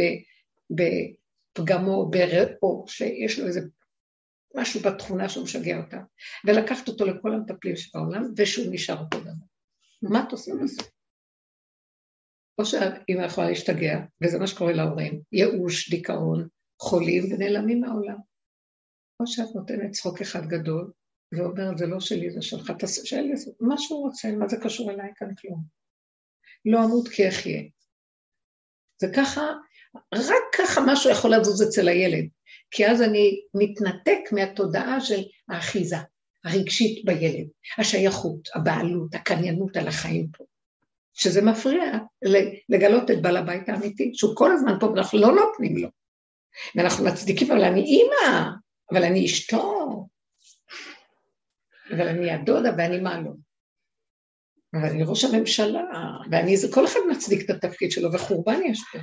בפגמו, ברעו, שיש לו איזה משהו בתכונה שהוא משגע אותה, ולקחת אותו לכל המטפלים שבעולם, ושהוא נשאר אותו דבר. מה את עושה בזה? או שאמא יכולה להשתגע, וזה מה שקורה להורים, ייאוש, דיכאון, חולים ונעלמים מהעולם. או שאת נותנת צחוק אחד גדול, ואומרת, זה לא שלי, זה שלך, תעשה לי, מה שהוא רוצה, מה זה קשור אליי כאן כלום. לא אמות כי אחיה. זה ככה, רק ככה משהו יכול לזוז אצל הילד, כי אז אני מתנתק מהתודעה של האחיזה, הרגשית בילד, השייכות, הבעלות, הקניינות על החיים פה. שזה מפריע לגלות את בעל הבית האמיתי, שהוא כל הזמן פה, ואנחנו לא נותנים לו. ואנחנו מצדיקים, אבל אני אימא, אבל אני אשתו, אבל אני הדודה, ואני מה לא. אבל אני ראש הממשלה, ואני, זה כל אחד מצדיק את התפקיד שלו, וחורבן יש פה.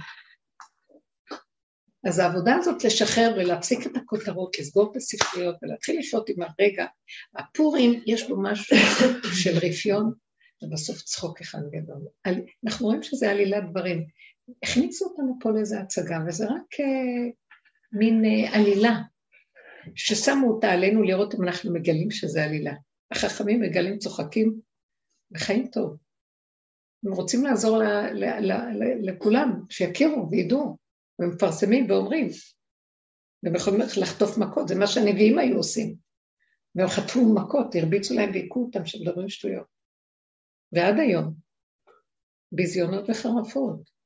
אז העבודה הזאת לשחרר ולהפסיק את הכותרות, לסגור את הספריות, ולהתחיל לשאות עם הרגע. הפורים יש בו משהו של רפיון, ובסוף צחוק אחד גדול. אנחנו רואים שזה עלילת דברים. הכניסו אותנו פה לאיזו הצגה, וזה רק uh, מין uh, עלילה, ששמו אותה עלינו לראות אם אנחנו מגלים שזה עלילה. החכמים מגלים צוחקים בחיים טוב. הם רוצים לעזור ל- ל- ל- ל- לכולם, שיכירו וידעו, ומפרסמים ואומרים, והם יכולים לחטוף מכות, זה מה שהנביאים היו עושים. והם חטפו מכות, הרביצו להם ויקו אותם שמדברים שטויות. ועד היום, ביזיונות וחרפות.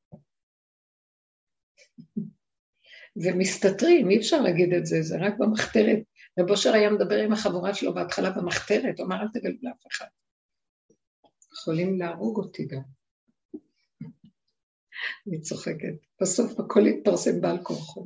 ומסתתרים, אי אפשר להגיד את זה, זה רק במחתרת. ובושר היה מדבר עם החבורה שלו בהתחלה במחתרת, הוא אמר, אל תגלו לאף אחד. יכולים להרוג אותי גם. אני צוחקת. בסוף הכל יתפרסם בעל כורחו.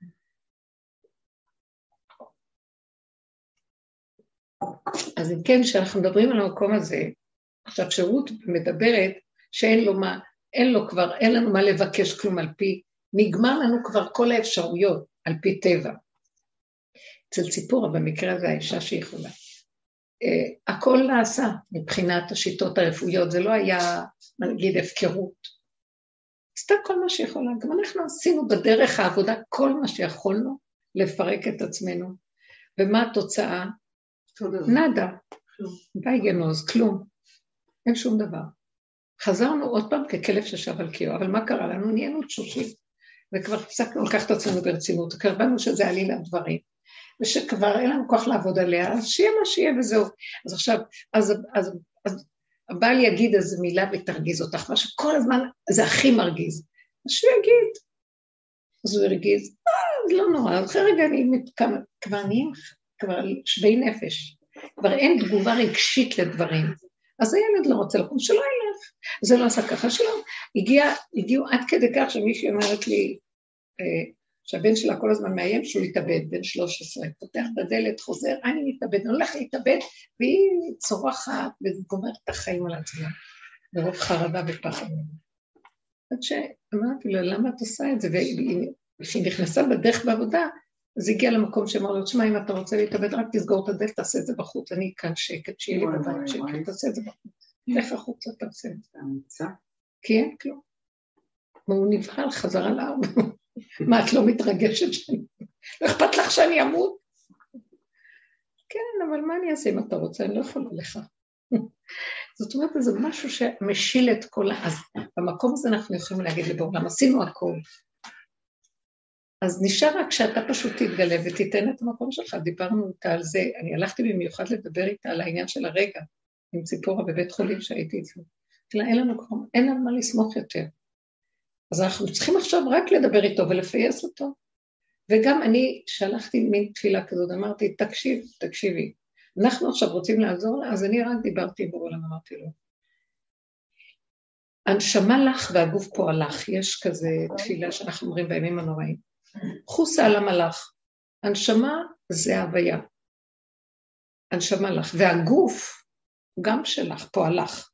אז אם כן, שאנחנו מדברים על המקום הזה, עכשיו שירות מדברת שאין לו מה, אין לו כבר, אין לנו מה לבקש כלום על פי, נגמר לנו כבר כל האפשרויות על פי טבע. אצל ציפורה, במקרה הזה האישה שיכולה. Uh, הכל נעשה מבחינת השיטות הרפואיות, זה לא היה, נגיד, הפקרות. עשתה כל מה שיכולה, גם אנחנו עשינו בדרך העבודה כל מה שיכולנו לפרק את עצמנו. ומה התוצאה? נדה. ביי גנוז, כלום. אין שום דבר. חזרנו עוד פעם ככלב ששב על קיו, אבל מה קרה לנו? נהיינו תשושים. וכבר הפסקנו לקחת את עצמנו ברצינות, קרבנו שזה עלילה דברים. ושכבר אין לנו כוח לעבוד עליה, אז שיהיה מה שיהיה וזהו. אז עכשיו, אז, אז, אז הבעל יגיד איזו מילה ותרגיז אותך, מה שכל הזמן זה הכי מרגיז. אז שהוא יגיד. אז הוא ירגיז, אה, זה לא נורא, אז אחרי רגע אני מתכמה, כבר נהיים, כבר שווי נפש. כבר אין תגובה רגשית לדברים. אז הילד לא רוצה לקום, שלא ילך. זה לא עשה ככה שלא. הגיע, הגיעו עד כדי כך שמישהי אומרת לי, אה, שהבן שלה כל הזמן מאיים שהוא יתאבד, בן שלוש עשרה, פותח את הדלת, חוזר, אני מתאבד, אני הולך להתאבד, והיא צורחת וגומרת את החיים על עצמה, ברוב חרדה ופחד. עד שאמרתי לה, למה את עושה את זה? וכשהיא נכנסה בדרך בעבודה, אז הגיעה למקום שאמר לו, תשמע, אם אתה רוצה להתאבד, רק תסגור את הדלת, תעשה את זה בחוץ, אני כאן שקט, שיהיה לי בבית שקט, תעשה את זה בחוץ. לך החוץ, אתה עושה את זה. כי אין כלום. והוא נבחר חזרה לארבע. מה, את לא מתרגשת שאני... לא אכפת לך שאני אמות? כן, אבל מה אני אעשה אם אתה רוצה? אני לא יכולה לך. זאת אומרת, זה משהו שמשיל את כל... אז במקום הזה אנחנו יכולים להגיד לבורלם, עשינו הכל. אז נשאר רק שאתה פשוט תתגלה ותיתן את המקום שלך, דיברנו איתה על זה, אני הלכתי במיוחד לדבר איתה על העניין של הרגע, עם ציפורה בבית חולים שהייתי אצלו. כלומר, אין לנו כלום, אין על מה לסמוך יותר. אז אנחנו צריכים עכשיו רק לדבר איתו ולפייס אותו. וגם אני שלחתי מין תפילה כזאת, אמרתי, תקשיב, תקשיבי. אנחנו עכשיו רוצים לעזור לה, אז אני רק דיברתי בעולם, אמרתי לו. הנשמה לך והגוף פועלך, יש כזה תפילה שאנחנו אומרים בימים הנוראים. חוסה על המלאך, הנשמה זה ההוויה. הנשמה לך, והגוף גם שלך, פועלך.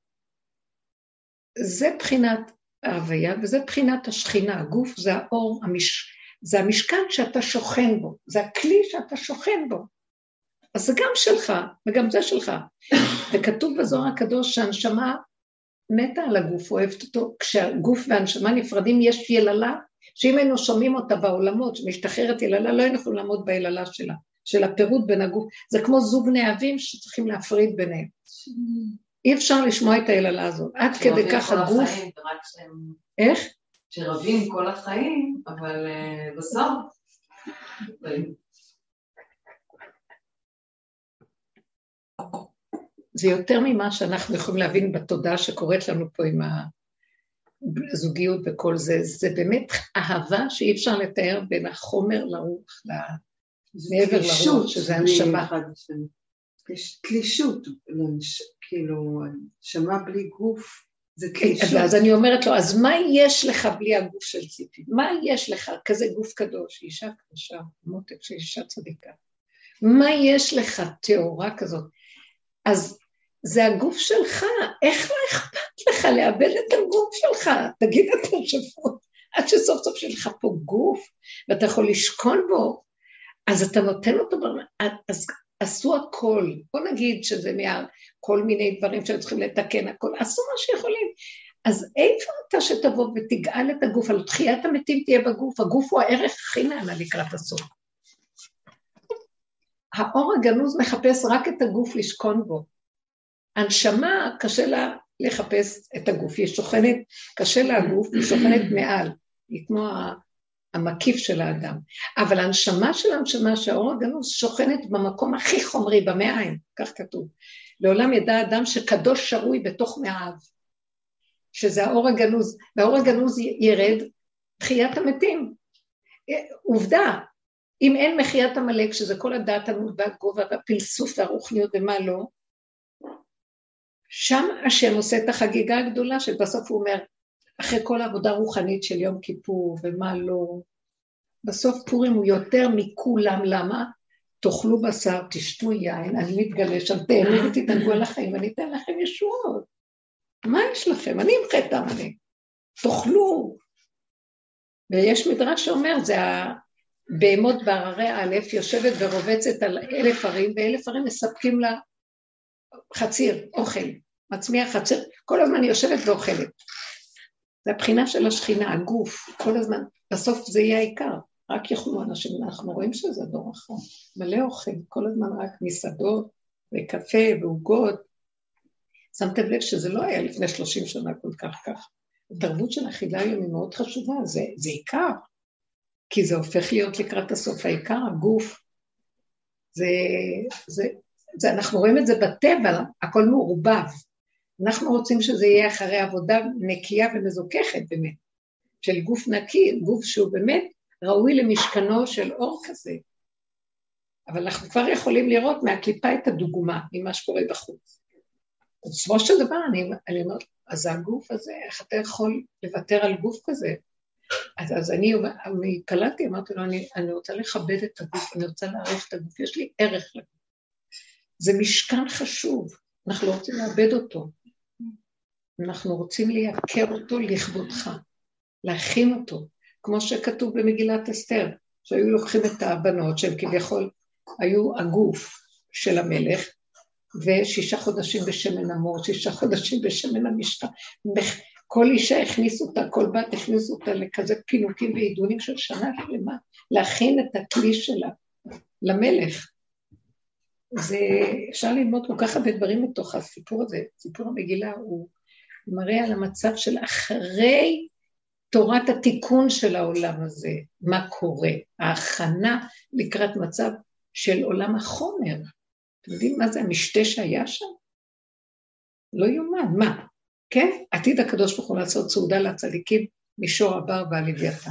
זה בחינת ההוויה, וזה בחינת השכינה, הגוף זה האור, המש... זה המשכן שאתה שוכן בו, זה הכלי שאתה שוכן בו. אז זה גם שלך, וגם זה שלך. וכתוב בזוהר הקדוש שהנשמה מתה על הגוף, אוהבת אותו, כשהגוף והנשמה נפרדים יש יללה, שאם היינו שומעים אותה בעולמות, שמשתחררת יללה, לא היינו יכולים לעמוד ביללה שלה, של הפירוד בין הגוף. זה כמו זוג נאהבים שצריכים להפריד ביניהם. אי אפשר לשמוע את היללה הזאת. עד כדי כך הגוף... איך? שרבים כל החיים, אבל בסוף... זה יותר ממה שאנחנו יכולים להבין בתודעה שקורית לנו פה עם הזוגיות וכל זה, זה באמת אהבה שאי אפשר לתאר בין החומר לרוח, מעבר לרוח, שזה הנשמה. יש תלישות, כאילו, נשמה בלי גוף, זה תלישות. אז אני אומרת לו, אז מה יש לך בלי הגוף של ציפי? מה יש לך? כזה גוף קדוש, אישה קדושה, מותק של אישה צדיקה. מה יש לך תיאורה כזאת? אז זה הגוף שלך, איך לא אכפת לך לאבד את הגוף שלך? תגיד את השפות, עד שסוף סוף שלך פה גוף, ואתה יכול לשכון בו, אז אתה נותן אותו, אז עשו הכל, בוא נגיד שזה כל מיני דברים שהם צריכים לתקן, הכל, עשו מה שיכולים, אז איפה אתה שתבוא ותגאל את הגוף, על תחיית המתים תהיה בגוף, הגוף הוא הערך הכי נעלה לקראת הסוף. האור הגנוז מחפש רק את הגוף לשכון בו, הנשמה קשה לה לחפש את הגוף, היא שוכנת, קשה לה הגוף, היא שוכנת מעל, היא כמו המקיף של האדם, אבל הנשמה של הנשמה, שהאור הגנוז שוכנת במקום הכי חומרי, במעיים, כך כתוב, לעולם ידע אדם שקדוש שרוי בתוך מעיו, שזה האור הגנוז, והאור הגנוז ירד, תחיית המתים, עובדה, אם אין מחיית המלאק, שזה כל הדעת והגובה והפלסוף והרוחניות ומה לא, שם השם עושה את החגיגה הגדולה, שבסוף הוא אומר, אחרי כל העבודה רוחנית של יום כיפור ומה לא, בסוף פורים הוא יותר מכולם, למה? תאכלו בשר, תשתו יין, אני מתגלה שם, תהנו ותתענגו על החיים, ואני אתן לכם ישועות. מה יש לכם? אני אמחה את העמלק. תאכלו. ויש מדרש שאומר, זה הבהמות בהררי האלף, יושבת ורובצת על אלף ערים, ואלף ערים מספקים לה חציר, אוכל, מצמיח חציר, כל הזמן היא יושבת ואוכלת. זה הבחינה של השכינה, הגוף, כל הזמן, בסוף זה יהיה העיקר, רק יאכלו אנשים, אנחנו רואים שזה דור אחרון, מלא אוכל, כל הזמן רק מסעדות וקפה ועוגות. שמתם לב שזה לא היה לפני שלושים שנה כל כך כך. התרבות של אכילה היום היא מאוד חשובה, זה, זה עיקר, כי זה הופך להיות לקראת הסוף, העיקר, הגוף, זה, זה, זה, אנחנו רואים את זה בטבע, הכל מעורבב, אנחנו רוצים שזה יהיה אחרי עבודה נקייה ומזוכחת באמת, של גוף נקי, גוף שהוא באמת ראוי למשכנו של אור כזה, אבל אנחנו כבר יכולים לראות מהקליפה את הדוגמה, ממה שקורה בחוץ. בסופו של דבר, אני, אני אומרת, אז הגוף הזה, איך אתה יכול לוותר על גוף כזה? אז, אז אני, אני קלטתי, אמרתי לו, אני, אני רוצה לכבד את הגוף, אני רוצה להעריך את הגוף, יש לי ערך לגוף. זה משכן חשוב, אנחנו לא רוצים לאבד אותו, אנחנו רוצים לייקר אותו לכבודך, להכין אותו, כמו שכתוב במגילת אסתר, שהיו לוקחים את הבנות שהם כביכול היו הגוף של המלך, ושישה חודשים בשמן המור, שישה חודשים בשמן המשחה, כל אישה הכניסו אותה, כל בת הכניסו אותה לכזה פינוקים ועידונים של שנה שלמה, להכין את הכלי שלה למלך. זה, אפשר ללמוד כל כך הרבה דברים מתוך הסיפור הזה. סיפור המגילה הוא מראה על המצב של אחרי תורת התיקון של העולם הזה, מה קורה, ההכנה לקראת מצב של עולם החומר. אתם יודעים מה זה המשתה שהיה שם? לא יומן, מה? כן? עתיד הקדוש ברוך הוא לעשות סעודה לצדיקים מישור הבר והלוויתן.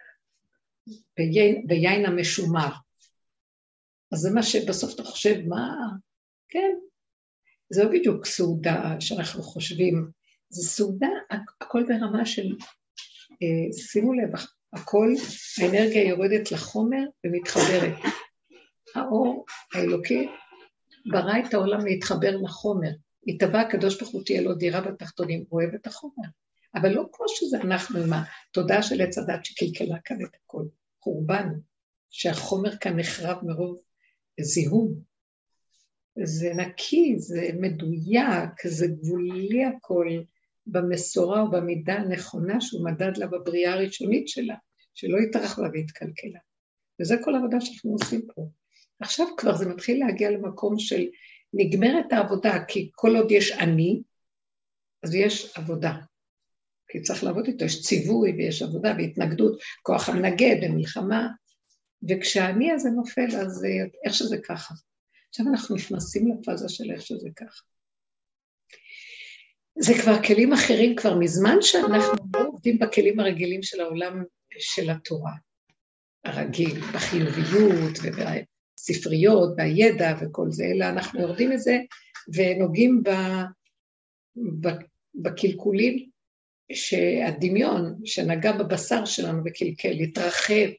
ביין, ביין המשומר. אז זה מה שבסוף אתה חושב, מה? כן. זה לא בדיוק סעודה שאנחנו חושבים, זה סעודה, הכל ברמה של, אה, שימו לב, הכל, האנרגיה יורדת לחומר ומתחברת. האור האלוקי ברא את העולם להתחבר לחומר. יתבע הקדוש ברוך הוא תהיה לו דירה בתחתונים, הוא אוהב את החומר. אבל לא כמו שזה אנחנו עם התודעה של עץ הדת שקלקלה כאן את הכל. חורבן, שהחומר כאן נחרב מרוב זיהום. זה נקי, זה מדויק, זה גבולי הכל במסורה או במידה הנכונה שהוא מדד לה בבריאה הראשונית שלה, שלא יתרח לה והתקלקלה. וזה כל העבודה שאנחנו עושים פה. עכשיו כבר זה מתחיל להגיע למקום של נגמרת העבודה, כי כל עוד יש אני, אז יש עבודה. כי צריך לעבוד איתו, יש ציווי ויש עבודה והתנגדות, כוח המנגד ומלחמה, וכשהאני הזה נופל, אז איך שזה ככה. עכשיו אנחנו נכנסים לפאזה של איך שזה ככה. זה כבר כלים אחרים, כבר מזמן שאנחנו לא עובדים בכלים הרגילים של העולם של התורה, הרגיל, בחיוביות ובספריות, בידע וכל זה, אלא אנחנו יורדים מזה ונוגעים ב, ב, בקלקולים שהדמיון שנגע בבשר שלנו וקלקל, יתרחב,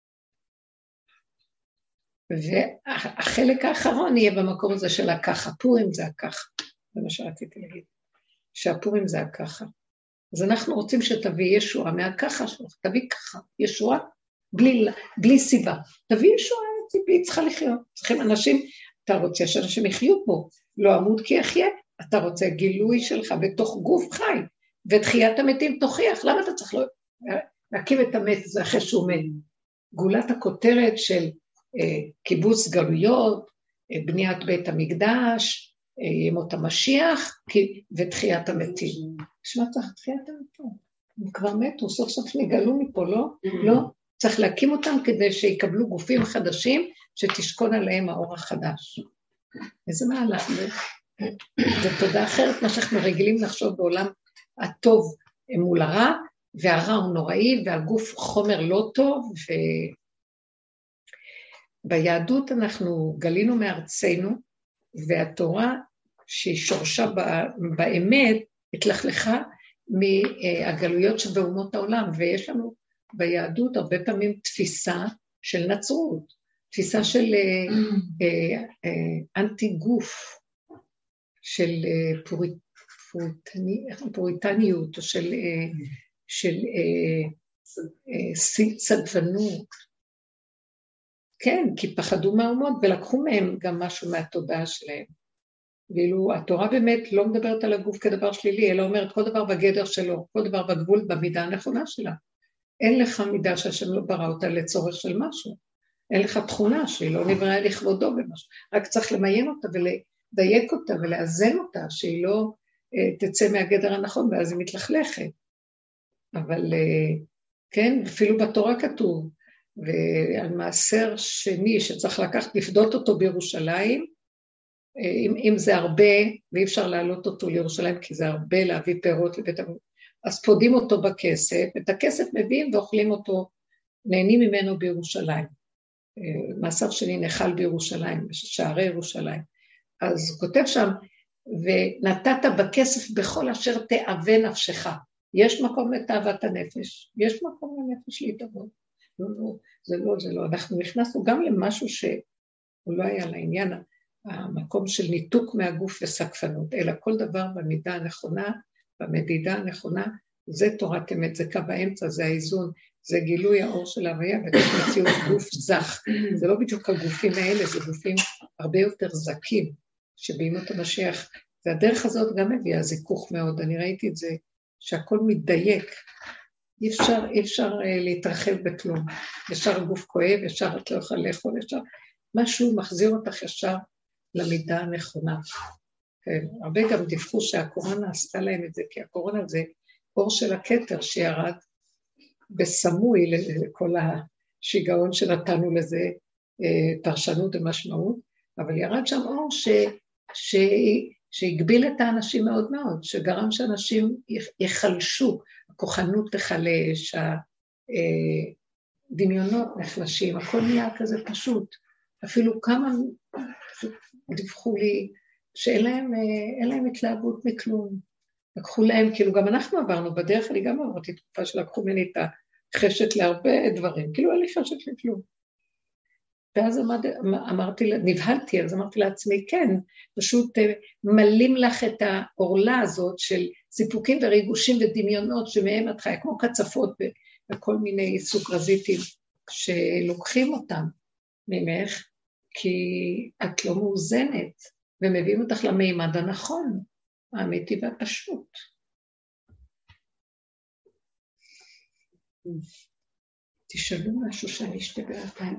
והחלק האחרון יהיה במקום הזה של הככה, פורים זה הככה, זה מה שרציתי להגיד, שהפורים זה הככה. אז אנחנו רוצים שתביא ישועה מהככה שלך, תביא ככה, ישועה בלי, בלי סיבה, תביא ישועה, ציפי, צריכה לחיות, צריכים אנשים, אתה רוצה שאנשים יחיו פה, לא עמוד כי יחיה, אתה רוצה גילוי שלך בתוך גוף חי, ותחיית המתים תוכיח, למה אתה צריך לא, להקים את המת, זה אחרי שהוא מת, גאולת הכותרת של אה, קיבוץ גלויות, אה, בניית בית המקדש, אה, ימות המשיח, ותחיית המתים. שמה צריך תחיית המתים? הם כבר מתו, סוף סוף נגלו מפה, לא? לא, צריך להקים אותם כדי שיקבלו גופים חדשים, שתשכון עליהם האור החדש. איזה מהלך, זה תודה אחרת, מה שאנחנו רגילים לחשוב בעולם הטוב מול הרע, והרע הוא נוראי, והגוף חומר לא טוב, וביהדות אנחנו גלינו מארצנו, והתורה שהיא שורשה באמת, התלכלכה מהגלויות שבאומות העולם, ויש לנו ביהדות הרבה פעמים תפיסה של נצרות, תפיסה של אנטי גוף, של פורית, פוריטני, פוריטניות, או של, של סדבנות. כן, כי פחדו מהאומות, ולקחו מהם גם משהו מהתודעה שלהם. ואילו התורה באמת לא מדברת על הגוף כדבר שלילי, אלא אומרת כל דבר בגדר שלו, כל דבר בגבול, במידה הנכונה שלה. אין לך מידה שהשם לא ברא אותה לצורך של משהו. אין לך תכונה שהיא לא נבראה לכבודו במשהו. רק צריך למיין אותה ולדייק אותה ולאזן אותה, שהיא לא תצא מהגדר הנכון, ואז היא מתלכלכת. אבל כן, אפילו בתורה כתוב, ועל מעשר שני שצריך לקחת, לפדות אותו בירושלים, אם, אם זה הרבה, ואי אפשר להעלות אותו לירושלים, כי זה הרבה להביא פירות לבית המקדש, אז פודים אותו בכסף, את הכסף מביאים ואוכלים אותו, נהנים ממנו בירושלים. מעשר שני נחל בירושלים, בשערי ירושלים. אז הוא כותב שם, ונתת בכסף בכל אשר תאווה נפשך. יש מקום לתאוות הנפש, יש מקום לנפש להתאבות. לא, לא, זה לא, זה לא. אנחנו נכנסנו גם למשהו שהוא לא היה לעניין, המקום של ניתוק מהגוף וסקפנות, אלא כל דבר במידה הנכונה, במדידה הנכונה, זה תורת אמת, זה קו האמצע, זה האיזון, זה גילוי האור של ההוויה, וכך מציאות גוף זך. זה לא בדיוק הגופים האלה, זה גופים הרבה יותר זקים, שבימות המשיח, והדרך הזאת גם הביאה זיכוך מאוד, אני ראיתי את זה, שהכל מתדייק, אי אפשר, אי אפשר להתרחב בכלום, ישר הגוף כואב, ישר את לא יכולה לאכול, ישר, משהו מחזיר אותך ישר למידה הנכונה. כן, הרבה גם דיווחו שהקורונה עשתה להם את זה, כי הקורונה זה אור של הכתר שירד בסמוי לכל השיגעון שנתנו לזה פרשנות ומשמעות, אבל ירד שם אור ש, ש, שהגביל את האנשים מאוד מאוד, שגרם שאנשים יחלשו, הכוחנות תחלש, הדמיונות נחלשים, הכל נהיה כזה פשוט. אפילו כמה דיווחו לי שאין להם, אין להם התלהבות מכלום. לקחו להם, כאילו גם אנחנו עברנו בדרך, אני גם עברתי תקופה שלקחו ממני את החשת להרבה דברים, כאילו אין לי חשת לכלום. ואז אמר, אמרתי, נבהלתי, אז אמרתי לעצמי, כן, פשוט מלים לך את העורלה הזאת של סיפוקים וריגושים ודמיונות שמהם את חיה, כמו קצפות וכל מיני סוכרזיתים שלוקחים אותם ממך, כי את לא מאוזנת, ומביאים אותך למימד הנכון, האמיתי והפשוט. תשאלו משהו שאני אשתה בעתיים.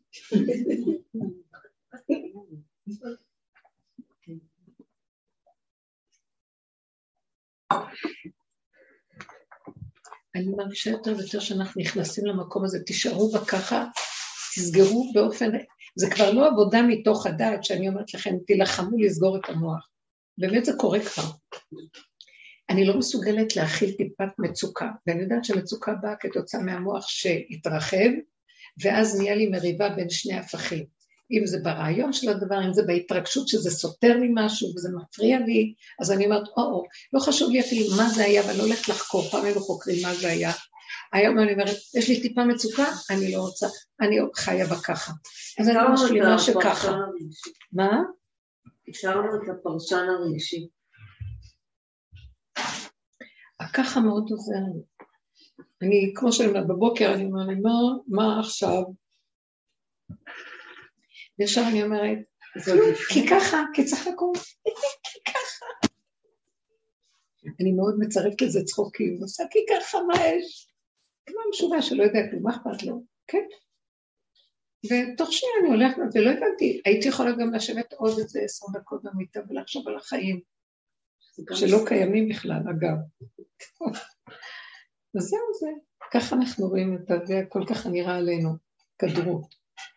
אני מרגישה יותר ויותר שאנחנו נכנסים למקום הזה, תישארו בה ככה, תסגרו באופן, זה כבר לא עבודה מתוך הדעת, שאני אומרת לכם, תלחמו לסגור את המוח. באמת זה קורה כבר. אני לא מסוגלת להכיל טיפת מצוקה, ואני יודעת שמצוקה באה כתוצאה מהמוח שהתרחב, ואז נהיה לי מריבה בין שני הפכים. אם זה ברעיון של הדבר, אם זה בהתרגשות שזה סותר לי משהו, וזה מפריע לי, אז אני אומרת, או, או, לא חשוב לי אפילו מה זה היה, ואני לא הולכת לחקור, פעם אלו חוקרים מה זה היה. היום אני אומרת, יש לי טיפה מצוקה, אני לא רוצה, אני חיה בה ככה. אז אני משלימה שככה. מה? אפשרנו את הפרשן הרגשי. ככה מאוד עוזר לי. אני, כמו שאני אומרת, בבוקר אני אומרת, מה, מה עכשיו? וישר אני אומרת, כי ככה, כי צריך לקום, כי ככה. אני מאוד מצרפת לזה צחוקים, ועושה כי ככה, מה יש? כמו משוגע שלא יודע כלום, מה אכפת לו? כן. ותוך שנייה אני הולכת, ולא הבנתי, הייתי יכולה גם לשבת עוד איזה עשר דקות במיטה, ולחשוב על החיים, שלא קיימים בכלל, אגב. וזהו זה, ככה אנחנו רואים את זה, כל כך נראה עלינו, כדרות.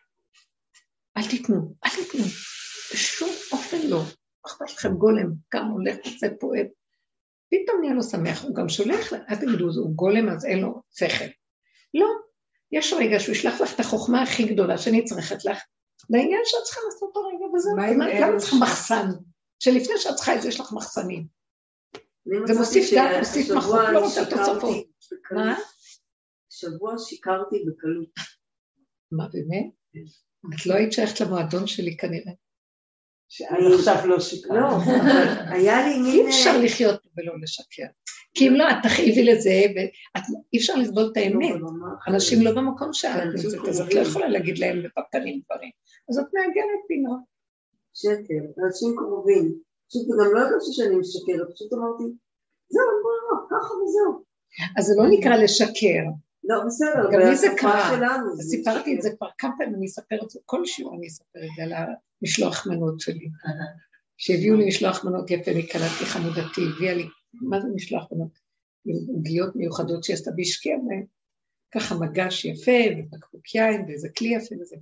אל תיתנו, אל תיתנו, בשום אופן לא. אכפת לכם גולם, גם הולך וזה פועל. פתאום נהיה לו שמח, הוא גם שולח, אל תגידו, הוא גולם אז אין לו שכל. לא, יש רגע שהוא ישלח לך את החוכמה הכי גדולה שאני צריכת לך, לעניין שאת צריכה לעשות אותו רגע, וזהו, למה צריך מחסן? שלפני שאת צריכה את זה יש לך מחסנים. זה מוסיף דעת, מוסיף מחוק, לא רוצה תוצפות. מה? שבוע שיקרתי בקלות. מה באמת? את לא היית שייכת למועדון שלי כנראה. אני עכשיו לא שיקרתי. לא, היה לי מין... אי אפשר לחיות ולא לשקר. כי אם לא, את תכאיבי לזה, ואי אפשר לסבול את האמת. אנשים לא במקום שאלת את זה, אז את לא יכולה להגיד להם בפנים דברים. אז את מאגרת פינות. שקר, אנשים קרובים. פשוט גם לא הרגשתי שאני משקרת, פשוט אמרתי, זהו, לא, ככה וזהו. אז זה לא נקרא לשקר. לא, בסדר, גם לי זה קרה. סיפרתי את זה כבר כמה פעמים, אני אספר את זה, כל שיעור אני אספר את זה על המשלוח מנות שלי. שהביאו לי משלוח מנות יפה, אני קלטתי חמודתי, הביאה לי, מה זה משלוח מנות? עוגיות מיוחדות שעשתה והשקיעה בהן. ככה מגש יפה, ובקבוק יין, ואיזה כלי יפה וזה.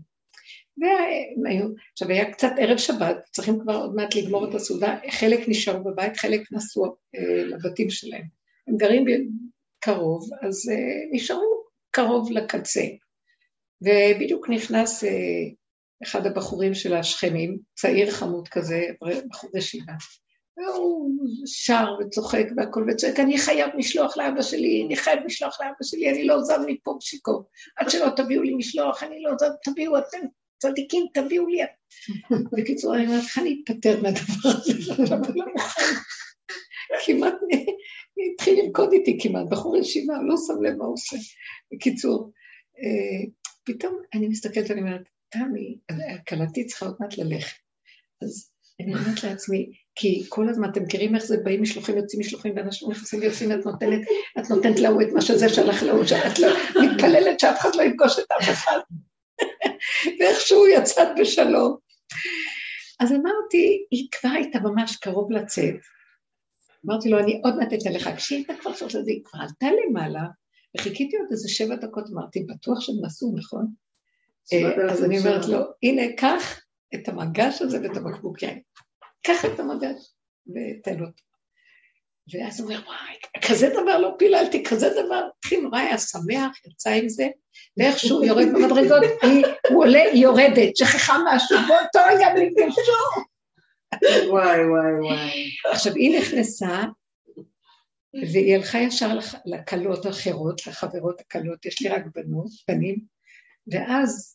והיו, עכשיו היה קצת ערב שבת, צריכים כבר עוד מעט לגמור את הסעודה, חלק נשארו בבית, חלק נסעו אה, לבתים שלהם. הם גרים קרוב, אז אה, נשארו קרוב לקצה. ובדיוק נכנס אה, אחד הבחורים של השכנים, צעיר חמוד כזה, בחור ישיבה. והוא שר וצוחק והכל וצועק, אני חייב משלוח לאבא שלי, אני חייב משלוח לאבא שלי, אני לא עוזב מפה בשיקור. עד שלא תביאו לי משלוח, אני לא עוזב, תביאו אתם. צדיקים, תביאו לי. בקיצור, אני אומרת, אני אתפטר מהדבר הזה, אבל לא מוכן. כמעט, התחיל לרקוד איתי כמעט, בחור ישיבה, לא שם לב מה הוא עושה. בקיצור, פתאום אני מסתכלת ואני אומרת, תמי, הקלטי צריכה עוד מעט ללכת. אז אני אומרת לעצמי, כי כל הזמן אתם מכירים איך זה, באים משלוחים, יוצאים משלוחים, ואנשים נכנסים ויוצאים, את נותנת, את נותנת לו את מה שזה שלח לו, שאת לא מתפללת שאף אחד לא יפגוש את אף אחד. ואיכשהו יצאת בשלום. אז אמרתי, היא כבר הייתה ממש קרוב לצאת. אמרתי לו, אני עוד מעט אתן לך, כשהיא הייתה כבר סוף לזה, היא כבר עלתה למעלה, וחיכיתי עוד איזה שבע דקות, אמרתי, בטוח שהם נסו, נכון? אז אני אומרת לו, הנה, קח את המגש הזה ואת הבקבוק יין. קח את המגש ותן אותו. ואז הוא אומר, וואי, כזה דבר לא פיללתי, כזה דבר, הכי נורא היה שמח, יצא עם זה, ואיכשהו יורד במדרגות, הוא עולה, היא יורדת, שכחה משהו, באותו רגע נפגשו. וואי, וואי, וואי. עכשיו, היא נכנסה, והיא הלכה ישר לקלות האחרות, לחברות הקלות, יש לי רק בנות, בנים, ואז,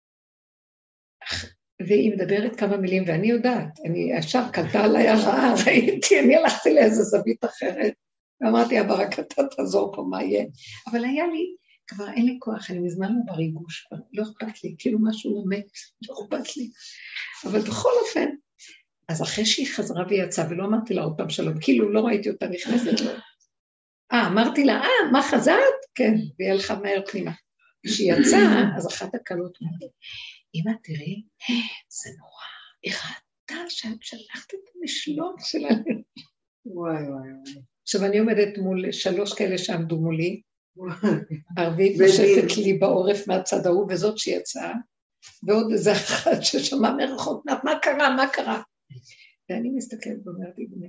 והיא מדברת כמה מילים, ואני יודעת, אני ישר קלטה עליי הרעה, ראיתי, אני הלכתי לאיזו זווית אחרת, ואמרתי, הברקתה תעזור פה, מה יהיה? אבל היה לי, כבר אין לי כוח, אני מזמן לא בריגוש, לא אכפת לי, כאילו משהו לומד, לא אכפת לי. אבל בכל אופן, אז אחרי שהיא חזרה ויצאה, ולא אמרתי לה עוד פעם שלום, כאילו לא ראיתי אותה נכנסת לו. אה, אמרתי לה, אה, מה חזרת? כן, והיא הלכה מהר פנימה. כשהיא יצאה, אז אחת הקלות אמרתי, אמא, תראי, זה נורא, איך אתה שאת שלחת את המשלוח שלה? וואי, וואי, וואי. עכשיו אני עומדת מול שלוש כאלה שעמדו מולי, ערבית נושפת לי בעורף מהצד ההוא, וזאת שיצאה, ועוד איזה אחת ששמע מרחוק, מה קרה, מה קרה? ואני מסתכלת ואומרת, בני.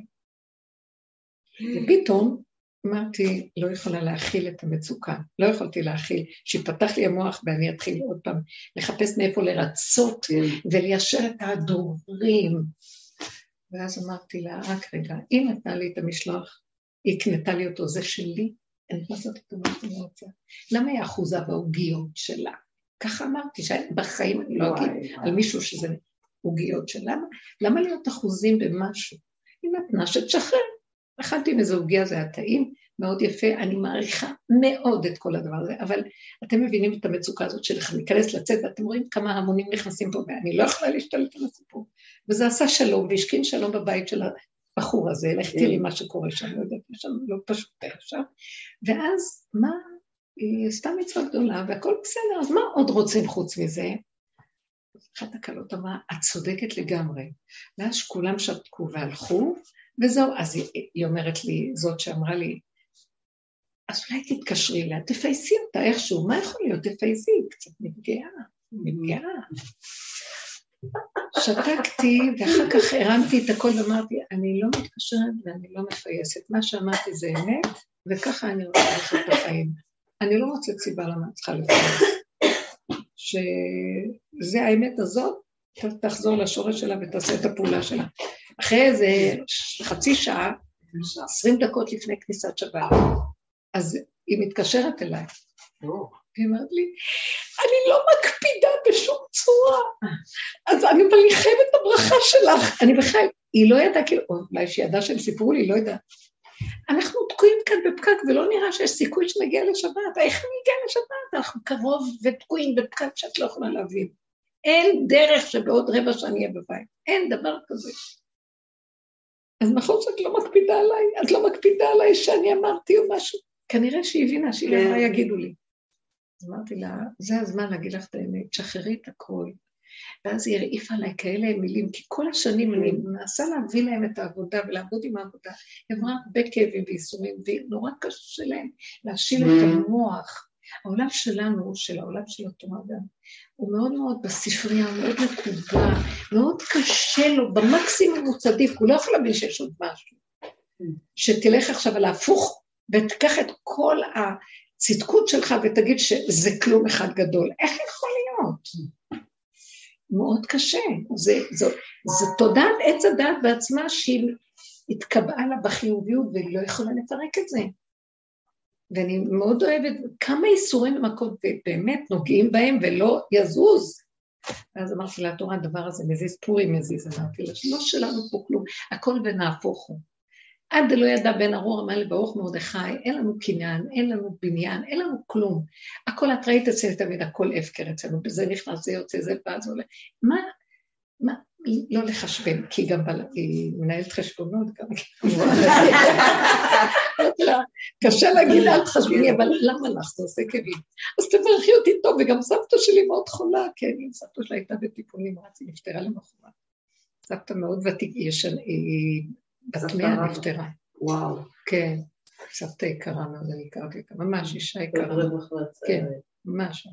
ופתאום אמרתי, לא יכולה להכיל את המצוקה, לא יכולתי להכיל, שיפתח לי המוח ואני אתחיל עוד פעם לחפש מאיפה לרצות וליישר את הדוברים. ואז אמרתי לה, רק רגע, היא נתנה לי את המשלוח, היא קנתה לי אותו, זה שלי, אני נכנסת את המוח המרצה. למה היא אחוזה בעוגיות שלה? ככה אמרתי, שבחיים אני לא אגיד על מישהו שזה עוגיות שלה, למה להיות אחוזים במשהו? היא נתנה שתשחרר. אכלתי עם איזו עוגיה, זה היה טעים, מאוד יפה, אני מעריכה מאוד את כל הדבר הזה, אבל אתם מבינים את המצוקה הזאת שלך, להיכנס לצאת, ואתם רואים כמה המונים נכנסים פה, ואני לא יכולה להשתלט על הסיפור. וזה עשה שלום, והשכין שלום בבית של הבחור הזה, לך תראי מה שקורה שם, לא יודעת, יש שם לא פשוט עכשיו. ואז מה? היא עשתה מצווה גדולה, והכל בסדר, אז מה עוד רוצים חוץ מזה? אחת הקלות אמרה, את צודקת לגמרי. ואז כולם שתקו והלכו, וזהו, אז היא, היא אומרת לי, זאת שאמרה לי, אז אולי תתקשרי לה, תפייסי אותה איכשהו, מה יכול להיות? תפייסי, קצת נפגעה, נפגעה. שתקתי, ואחר כך הרמתי את הכל ואמרתי, אני לא מתקשרת ואני לא מפייסת, מה שאמרתי זה אמת, וככה אני רוצה לחיות את החיים. אני לא רוצה סיבה למה צריכה לפייס. שזה האמת הזאת, תחזור לשורש שלה ותעשה את הפעולה שלה. אחרי איזה חצי שעה, עשרים דקות לפני כניסת שבת, אז היא מתקשרת אליי. היא אומרת לי, אני לא מקפידה בשום צורה, אז אני מליחם את הברכה שלך. אני בכלל, היא לא ידעה, כאילו, אולי שהיא ידעה שהם סיפרו לי, לא יודעת. אנחנו תקועים כאן בפקק, ולא נראה שיש סיכוי שנגיע לשבת. איך נגיע לשבת? אנחנו קרוב ותקועים בפקק שאת לא יכולה להבין. אין דרך שבעוד רבע שאני אהיה בבית. אין דבר כזה. אז נכון שאת לא מקפידה עליי, את לא מקפידה עליי שאני אמרתי או משהו. כנראה שהיא הבינה, שהיא לא מה יגידו לי. אז אמרתי לה, זה הזמן להגיד לך את האמת, שחררי את הכל. ואז היא הרעיפה עליי כאלה מילים, כי כל השנים אני מנסה להביא להם את העבודה ולעבוד עם העבודה. היא אמרה הרבה כאבים ואיסורים, ונורא קשה להם להשיל את המוח. העולם שלנו, של העולם של התורה גם, הוא מאוד מאוד בספרייה, מאוד מקובע, מאוד קשה לו, במקסימום הוא צדיק, הוא לא יכול להבין שיש עוד משהו. שתלך עכשיו על ההפוך, ותקח את כל הצדקות שלך ותגיד שזה כלום אחד גדול. איך יכול להיות? מאוד קשה. זה, זה, זה תודעת עץ הדעת בעצמה שהיא התקבעה לה בחיוביות והיא לא יכולה לפרק את זה. ואני מאוד אוהבת כמה איסורים במקום באמת נוגעים בהם ולא יזוז. ואז אמרתי לה, תורה, הדבר הזה מזיז, פורי מזיז, אמרתי לה, לא שלנו פה כלום, הכל ונהפוך הוא. עד לא ידע בין ארור המלא ברוך מרדכי, אין לנו קניין, אין לנו בניין, אין לנו כלום. הכל את ראית אצל תמיד, הכל הפקר אצלנו, בזה נכנס, זה יוצא, זה פאז עולה. מה, מה, לא לחשבן, כי גם היא מנהלת חשבונות, גם קשה להגיד, אל תחשבני, אבל למה לך, זה עושה כאבים. אז תברכי אותי טוב, וגם סבתא שלי מאוד חולה, כן, סבתא שלה הייתה בטיפול נמרץ, היא נפטרה למחרת. סבתא מאוד ותיק, היא בת מאה נפטרה. וואו. כן, סבתא יקרה מאוד, אני הכרתי אותה, ממש אישה יקרה. כן, ממש.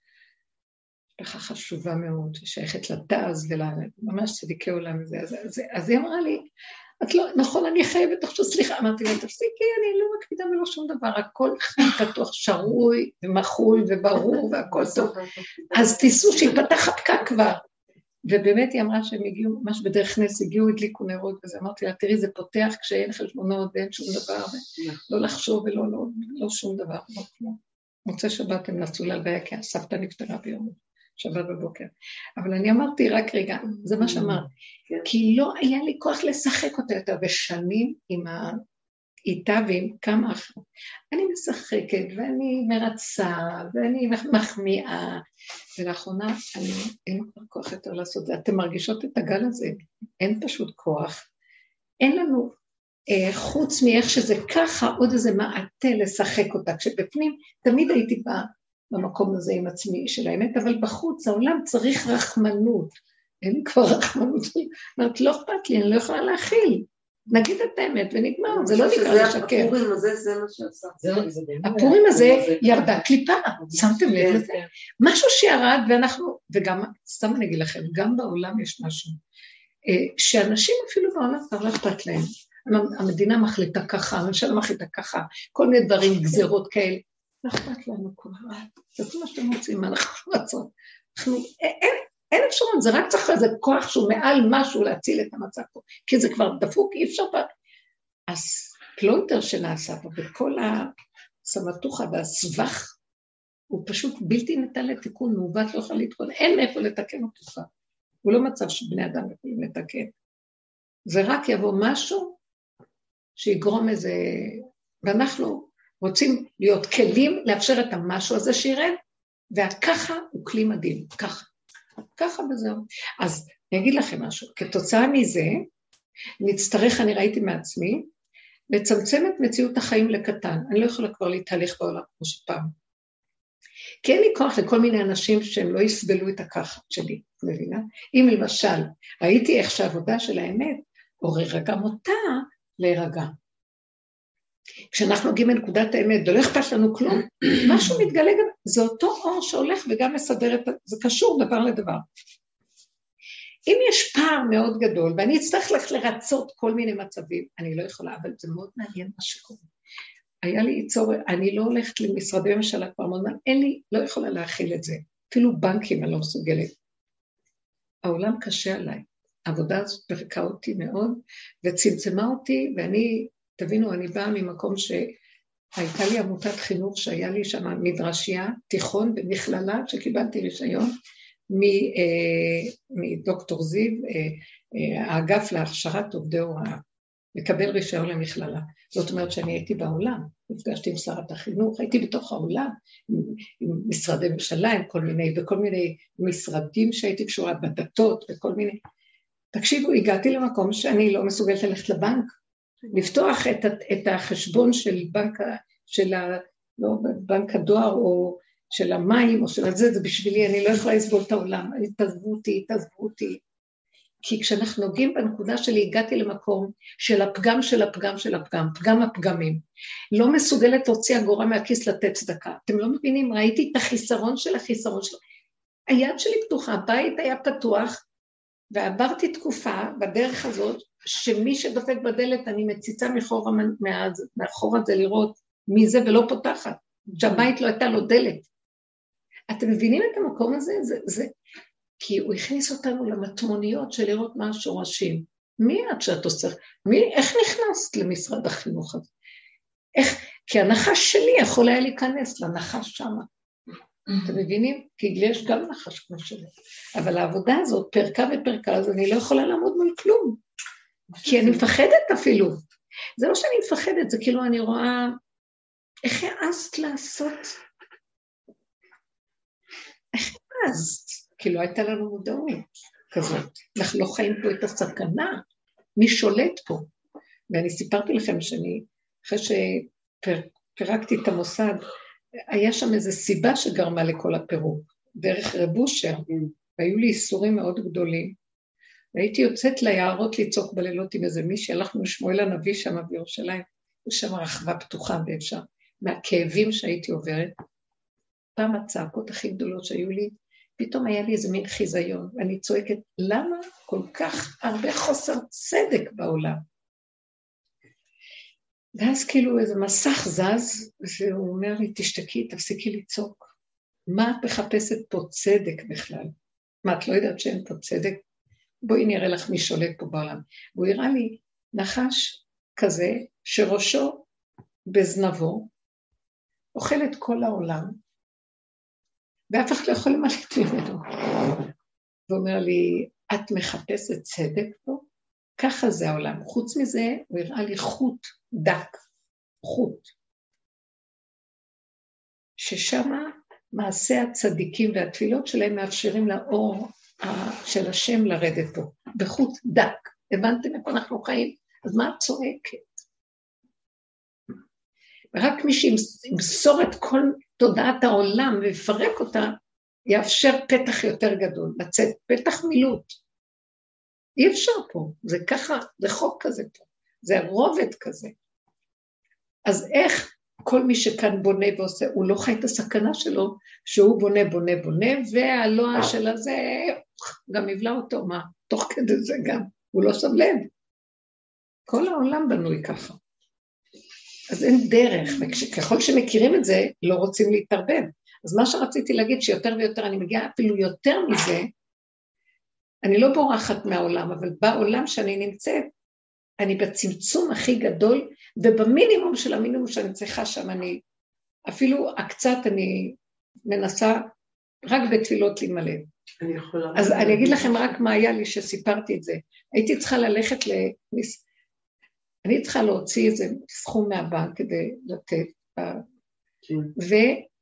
משפחה חשובה מאוד, ששייכת לתז וממש צדיקי עולם הזה. אז היא אמרה לי, את לא, נכון, אני חייבת עכשיו, סליחה, אמרתי לה, תפסיקי, אני לא מקפידה ולא שום דבר, הכל חי פתוח שרוי ומחול וברור והכל טוב. אז תיסעו שיפתח הפקק כבר. ובאמת היא אמרה שהם הגיעו, ממש בדרך נס, הגיעו, הדליקו נרות, וזה אמרתי לה, תראי, זה פותח כשאין חשבונות ואין שום דבר, ולא לחשוב ולא לא, לא שום דבר. לא, לא. מוצא שבת הם נסעו להלוויה, כי הסבתא נפטרה ביום שבת בבוקר. אבל אני אמרתי, רק רגע, זה מה שאמר, כי לא היה לי כוח לשחק אותה יותר, ושנים עם ה... איתה ועם כמה אחרות. אני משחקת, ואני מרצה, ואני מחמיאה, ולאחרונה אני, אין כבר כוח יותר לעשות זה. אתם מרגישות את הגל הזה, אין פשוט כוח. אין לנו, אה, חוץ מאיך שזה ככה, עוד איזה מעטה לשחק אותה, כשבפנים תמיד הייתי באה במקום הזה עם עצמי של האמת, אבל בחוץ העולם צריך רחמנות. אין לי כבר רחמנות, אומרת, לא אכפת לי, אני לא יכולה להכיל. נגיד את האמת ונגמר, זה לא נקרא לשקר. הפורים הזה זה מה שעשה. הפורים הזה ירדה קליפה, שמתם לב לזה? משהו שירד ואנחנו, וגם, סתם אני אגיד לכם, גם בעולם יש משהו, שאנשים אפילו בעולם כבר לא אכפת להם. המדינה מחליטה ככה, הממשלה מחליטה ככה, כל מיני דברים, גזירות כאלה. לא אכפת לנו כל רע. זה כל מה שאתם רוצים, מה אנחנו רוצות. אנחנו, אין, אין אפשרות, זה רק צריך איזה כוח שהוא מעל משהו להציל את המצב פה, כי זה כבר דפוק, אי אפשר פעם. אז פלונטר שנעשה פה, וכל הסמטוחה והסבך, הוא פשוט בלתי ניתן לתיקון, מעוות לא יכול להתקון, אין מאיפה לתקן אותו כבר. הוא לא מצב שבני אדם יכולים לתקן. זה רק יבוא משהו שיגרום איזה, ואנחנו רוצים להיות כלים, לאפשר את המשהו הזה שירד, וככה הוא כלי מדהים, ככה. ככה וזהו. אז אני אגיד לכם משהו, כתוצאה מזה, נצטרך, אני ראיתי מעצמי, לצמצם את מציאות החיים לקטן. אני לא יכולה כבר להתהליך בעולם כמו שפעם. כי אין לי כוח לכל מיני אנשים שהם לא יסבלו את הככה שלי, מבינה? אם למשל, ראיתי איך שהעבודה של האמת, עוררה גם אותה להירגע. כשאנחנו נוגעים בנקודת האמת, ולא אכפת לנו כלום, משהו מתגלה גם, זה אותו אור שהולך וגם מסדר את, זה קשור דבר לדבר. אם יש פער מאוד גדול, ואני אצטרך לך לרצות כל מיני מצבים, אני לא יכולה, אבל זה מאוד מעניין מה שקורה. היה לי צורך, אני לא הולכת למשרדי ממשלה כבר מאוד, אין לי, לא יכולה להכיל את זה. אפילו בנקים אני לא מסוגלת. העולם קשה עליי. העבודה הזאת פרקה אותי מאוד, וצמצמה אותי, ואני, תבינו, אני באה ממקום שהייתה לי עמותת חינוך, שהיה לי שם מדרשייה, תיכון במכללה, שקיבלתי רישיון, מדוקטור זיו, האגף להכשרת עובדי הוראה, לקבל רישיון למכללה. זאת אומרת שאני הייתי בעולם, נפגשתי עם שרת החינוך, הייתי בתוך העולם, עם משרדי ממשלה, עם כל מיני, וכל מיני משרדים שהייתי קשורה בדתות, וכל מיני. תקשיבו, הגעתי למקום שאני לא מסוגלת ללכת לבנק, לפתוח את, את החשבון של בנק, של ה, לא, בנק הדואר, או של המים, או של זה, זה בשבילי, אני לא יכולה לסבול את העולם, תעזבו אותי, תעזבו אותי. כי כשאנחנו נוגעים בנקודה שלי, הגעתי למקום של הפגם של הפגם של הפגם, פגם הפגמים. לא מסוגלת להוציא אגורה מהכיס לתת צדקה. אתם לא מבינים, ראיתי את החיסרון של החיסרון של... היד שלי פתוחה, הבית היה פתוח, ועברתי תקופה בדרך הזאת, שמי שדופק בדלת, אני מציצה מחור, מאחור הזה לראות מי זה ולא פותחת. שהבית לא הייתה לו דלת. אתם מבינים את המקום הזה? זה... זה... כי הוא הכניס אותנו למטמוניות של לראות מה השורשים. מי עד שאת עושה? מי, איך נכנסת למשרד החינוך הזה? איך? כי הנחש שלי יכול היה להיכנס לנחש שם. אתם מבינים? כי יש גם נחש כמו שלי. אבל העבודה הזאת, פרקה ופרקה, אז אני לא יכולה לעמוד מול כלום. כי אני מפחדת אפילו. זה לא שאני מפחדת, זה כאילו אני רואה, איך העזת לעשות? איך העזת? כי לא הייתה לנו מודעות כזאת. אנחנו לא חיים פה את הסכנה. מי שולט פה? ואני סיפרתי לכם שאני, אחרי שפרקתי את המוסד, היה שם איזו סיבה שגרמה לכל הפירוק, דרך רב אושר, והיו לי איסורים מאוד גדולים. והייתי יוצאת ליערות לצעוק בלילות עם איזה מישהי, הלכנו לשמואל הנביא שם בירושלים, יש שם רחבה פתוחה ואפשר, מהכאבים שהייתי עוברת, פעם הצעקות הכי גדולות שהיו לי, פתאום היה לי איזה מין חיזיון, ואני צועקת, למה כל כך הרבה חוסר צדק בעולם? ואז כאילו איזה מסך זז, והוא אומר לי, תשתקי, תפסיקי לצעוק. מה את מחפשת פה צדק בכלל? מה, את לא יודעת שאין פה צדק? בואי נראה לך מי שולט פה בעולם. והוא הראה לי נחש כזה, שראשו בזנבו, אוכל את כל העולם, ואף אחד לא יכול למלט ממנו. ואומר לי, את מחפשת צדק פה? ככה זה העולם. חוץ מזה, הוא הראה לי חוט דק, חוט, ששם מעשה הצדיקים והתפילות שלהם מאפשרים לאור של השם לרדת פה, בחוט דק. הבנתם איפה אנחנו חיים? אז מה את צועקת? ורק מי שימסור את כל תודעת העולם ויפרק אותה, יאפשר פתח יותר גדול, לצאת פתח מילוט. אי אפשר פה, זה ככה, זה חוק כזה פה, זה רובד כזה. אז איך כל מי שכאן בונה ועושה, הוא לא חי את הסכנה שלו, שהוא בונה, בונה, בונה, והלוע של הזה גם יבלע אותו, מה? תוך כדי זה גם, הוא לא שם לב. כל העולם בנוי ככה. אז אין דרך, וככל שמכירים את זה, לא רוצים להתערבב. אז מה שרציתי להגיד, שיותר ויותר, אני מגיעה אפילו יותר מזה, אני לא בורחת מהעולם, אבל בעולם שאני נמצאת, אני בצמצום הכי גדול, ובמינימום של המינימום שאני צריכה שם, אני, אפילו הקצת אני מנסה רק בתפילות להימלב. אני יכולה... אז אני אגיד לכם רק מה היה לי שסיפרתי את זה. הייתי צריכה ללכת לניס... אני צריכה להוציא איזה סכום מהבנק כדי לתת, ו...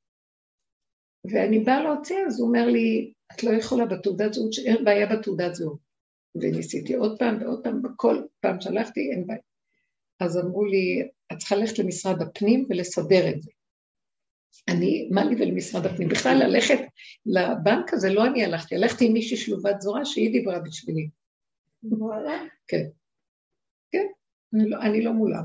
ואני באה להוציא, אז הוא אומר לי, את לא יכולה בתעודת זהות, שאין בעיה בתעודת זהות. וניסיתי עוד פעם ועוד פעם, בכל פעם שלחתי, אין בעיה. אז אמרו לי, את צריכה ללכת למשרד הפנים ולסדר את זה. אני, מה לי ולמשרד הפנים? בכלל ללכת לבנק הזה, לא אני הלכתי, הלכתי עם מישהי שלובת זורה, שהיא דיברה בשבילי. כן. כן, אני לא, אני לא מולה.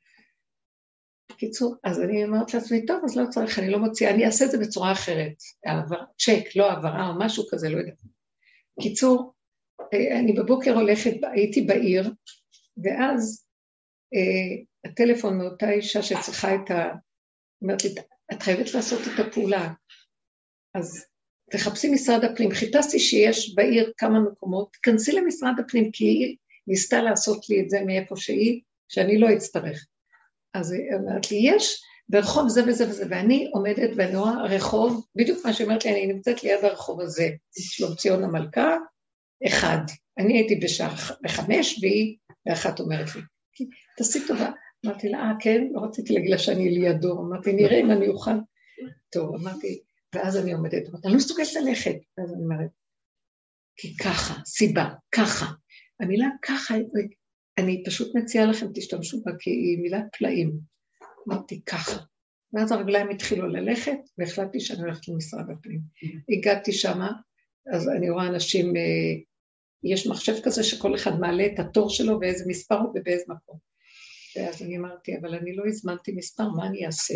בקיצור, אז אני אמרת לעצמי, טוב, אז לא צריך, אני לא מוציאה, אני אעשה את זה בצורה אחרת. העבר, צ'ק, לא העברה או משהו כזה, לא יודעת. בקיצור, אני בבוקר הולכת, הייתי בעיר, ואז אה, הטלפון מאותה אישה שצריכה את ה... אומרת לי, את חייבת לעשות את הפעולה. אז תחפשי משרד הפנים. חיפשתי שיש בעיר כמה מקומות, תכנסי למשרד הפנים, כי היא ניסתה לעשות לי את זה מאיפה שהיא, שאני לא אצטרך. אז היא אומרת לי, יש ברחוב זה וזה וזה, ואני עומדת ואני רואה רחוב, בדיוק מה שאומרת לי, אני נמצאת ליד הרחוב הזה, שלום ציון המלכה, אחד. אני הייתי בשעה בחמש, והיא באחת אומרת לי, תעשי טובה. אמרתי לה, אה, כן, לא רציתי להגיד לה שאני לידו, אמרתי, נראה אם אני אוכל. טוב, אמרתי, ואז אני עומדת, אמרתי, אני לא מסוגלת ללכת. ואז אני אומרת, כי ככה, סיבה, ככה. המילה ככה, אני פשוט מציעה לכם, תשתמשו בה, כי היא מילה פלאים. אמרתי, ככה. ואז הרגליים התחילו ללכת, והחלטתי שאני הולכת למשרד הפנים. הגעתי שמה, אז אני רואה אנשים, יש מחשב כזה שכל אחד מעלה את התור שלו, באיזה מספר הוא ובאיזה מקום. ואז אני אמרתי, אבל אני לא הזמנתי מספר, מה אני אעשה?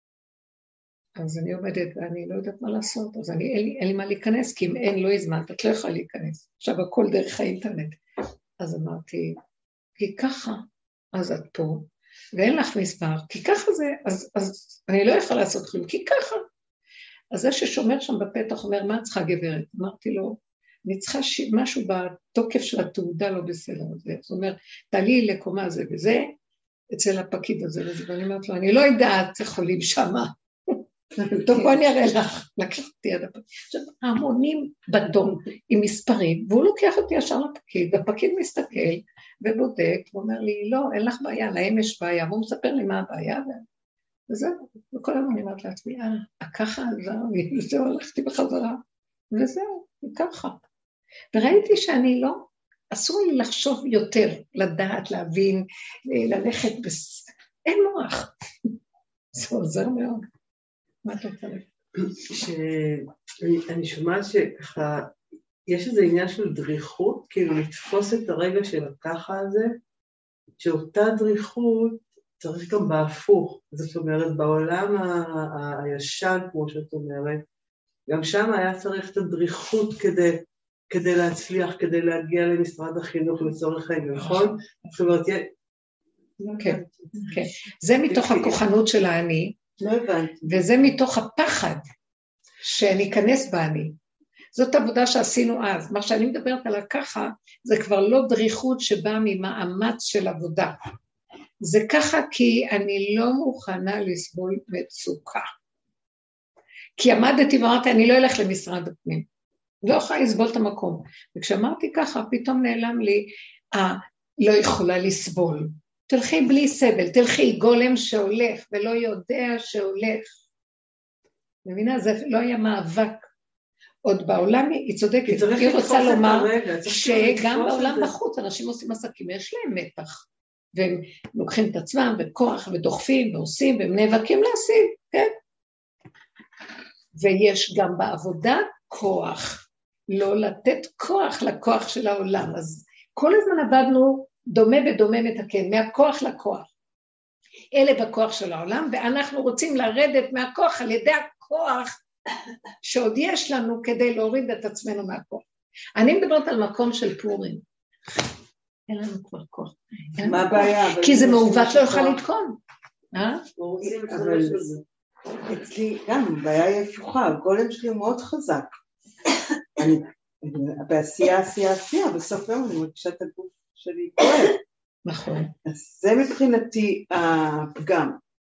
אז אני עומדת ואני לא יודעת מה לעשות, אז אני, אין, לי, אין לי מה להיכנס, כי אם אין, לא הזמנת, את לא יכולה להיכנס. עכשיו, הכל דרך האינטרנט. אז אמרתי, כי ככה, אז את פה, ואין לך מספר, כי ככה זה, אז, אז אני לא יכולה לעשות כלום, כי ככה. אז זה ששומר שם בפתח אומר, מה צריכה גברת? אמרתי לו, אני צריכה ש... משהו בתוקף של התעודה לא בסדר. זאת אומרת, תעלי לקומה זה וזה, אצל הפקיד הזה וזה, ואני אומרת לו, אני לא יודעת, יכולים שמה. טוב, בוא אני אראה לך, לקחתי יד הפקיד. עכשיו, המונים בדום עם מספרים, והוא לוקח אותי ישר לפקיד, והפקיד מסתכל ובודק, ואומר לי, לא, אין לך בעיה, להם יש בעיה, והוא מספר לי מה הבעיה, וזהו, וכל הזמן אני אומרת לעצמי, אה, ככה עזר לי, וזהו, הלכתי בחזרה, וזהו, וככה. וראיתי שאני לא, אסור לי לחשוב יותר, לדעת, להבין, ללכת, בס... אין מוח. זה עוזר מאוד. מה אתה רוצה להגיד? שאני שומעת שככה, יש איזה עניין של דריכות, כאילו לתפוס את הרגע של הככה הזה, שאותה דריכות צריך גם בהפוך, זאת אומרת, בעולם ה- הישן, כמו שאת אומרת, גם שם היה צריך את הדריכות כדי, כדי להצליח, כדי להגיע למשרד החינוך לצורך העניין, נכון? זאת אומרת, כן, כן. זה מתוך הכוחנות של האני, לא הבנתי. וזה מתוך הפחד שאני אכנס באני. זאת עבודה שעשינו אז. מה שאני מדברת עליו ככה, זה כבר לא דריכות שבאה ממאמץ של עבודה. זה ככה כי אני לא מוכנה לסבול מצוקה. כי עמדתי ואמרתי, אני לא אלך למשרד הפנים. לא יכולה לסבול את המקום. וכשאמרתי ככה, פתאום נעלם לי, אה, לא יכולה לסבול. תלכי בלי סבל, תלכי גולם שהולך ולא יודע שהולך. מבינה, זה לא היה מאבק. עוד בעולם היא צודקת, היא רוצה לומר שגם בעולם בחוץ אנשים עושים עסקים, יש להם מתח, והם לוקחים את עצמם וכוח ודוחפים ועושים והם נאבקים להשיג, כן? ויש גם בעבודה כוח, לא לתת כוח לכוח של העולם, אז כל הזמן עבדנו דומה בדומה מתקן, מהכוח לכוח, אלה בכוח של העולם, ואנחנו רוצים לרדת מהכוח על ידי הכוח, שעוד יש לנו כדי להוריד את עצמנו מהכוח. אני מדברת על מקום של פורים. אין לנו כבר כוח. מה הבעיה? כי זה מעוות לא יוכל לתקון. אבל אצלי גם, הבעיה היא הפוכה, הגולם שלי הוא מאוד חזק. בעשייה, עשייה, עשייה, בסוף יום אני מרגישה את הגוף שלי כואב. נכון. אז זה מבחינתי הפגם.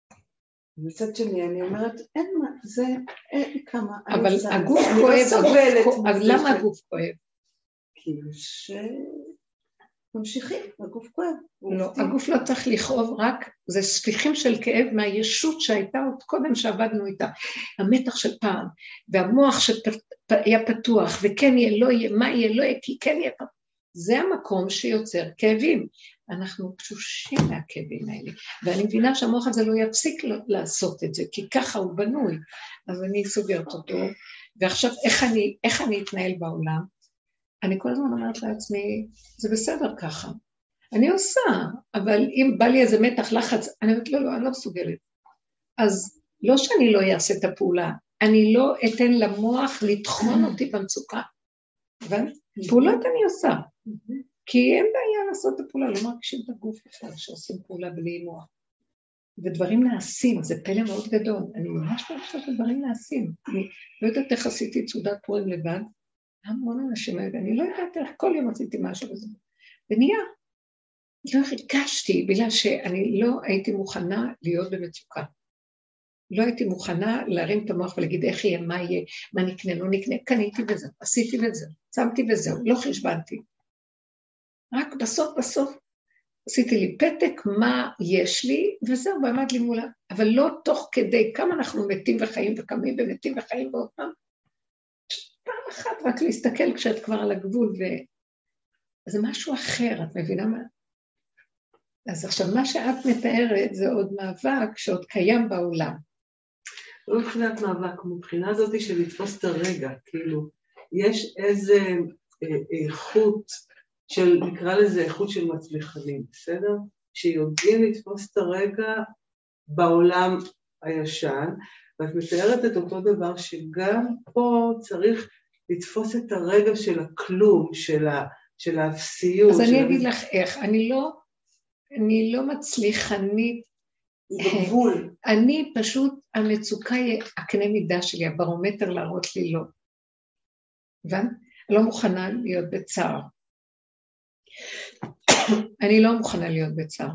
מצד שני, אני אומרת, אין מה, זה, אין כמה. אבל הגוף כואב, אז למה הגוף כואב? כאילו שממשיכים, הגוף כואב. לא, הגוף לא צריך לכאוב, רק זה ספיחים של כאב מהישות שהייתה עוד קודם שעבדנו איתה. המתח של פעם, והמוח שהיה פתוח, וכן יהיה, לא יהיה, מה יהיה, לא יהיה, כי כן יהיה פתוח. זה המקום שיוצר כאבים. אנחנו תשושים מהכאבים האלה, ואני מבינה שהמוח הזה לא יפסיק לעשות את זה, כי ככה הוא בנוי, אז אני סוגרת אותו, ועכשיו איך אני, איך אני אתנהל בעולם? אני כל הזמן אומרת לעצמי, זה בסדר ככה, אני עושה, אבל אם בא לי איזה מתח לחץ, אני אומרת, לא, לא, אני לא מסוגלת, אז לא שאני לא אעשה את הפעולה, אני לא אתן למוח לתחמון אותי במצוקה, ופעולות אני עושה, כי אין בעיה לעשות את הפעולה, לא מרגישים את הגוף בכלל שעושים פעולה בלי מוח. ודברים נעשים, זה פלא מאוד גדול. אני ממש מרגישה שדברים נעשים. אני לא יודעת איך עשיתי צודת פורים לבד, המון אנשים האלה, אני לא יודעת איך כל יום עשיתי משהו בזה. ונהיה, לא הרגשתי, בגלל שאני לא הייתי מוכנה להיות במצוקה. לא הייתי מוכנה להרים את המוח ולהגיד איך יהיה, מה יהיה, מה נקנה, לא נקנה, קניתי בזה, עשיתי בזה, שמתי בזהו, לא חשבנתי. רק בסוף בסוף עשיתי לי פתק מה יש לי, וזהו, ועמד לי מולה, אבל לא תוך כדי כמה אנחנו מתים וחיים וקמים ומתים וחיים ועוד פעם. פעם אחת רק להסתכל כשאת כבר על הגבול, ו... זה משהו אחר, את מבינה מה? אז עכשיו מה שאת מתארת זה עוד מאבק שעוד קיים בעולם. לא מבחינת מאבק, מבחינה הזאת של לתפוס את הרגע, כאילו, יש איזה איכות, של, נקרא לזה איכות של מצליחנים, בסדר? שיודעים לתפוס את הרגע בעולם הישן, ואת מתארת את אותו דבר שגם פה צריך לתפוס את הרגע של הכלום, של, ה, של האפסיות. אז אני של אגיד לך איך, אני לא, אני לא מצליחנית, בגבול. אני פשוט, המצוקה היא הקנה מידה שלי, הברומטר להראות לי לא. ואני לא מוכנה להיות בצער. אני לא מוכנה להיות בצער.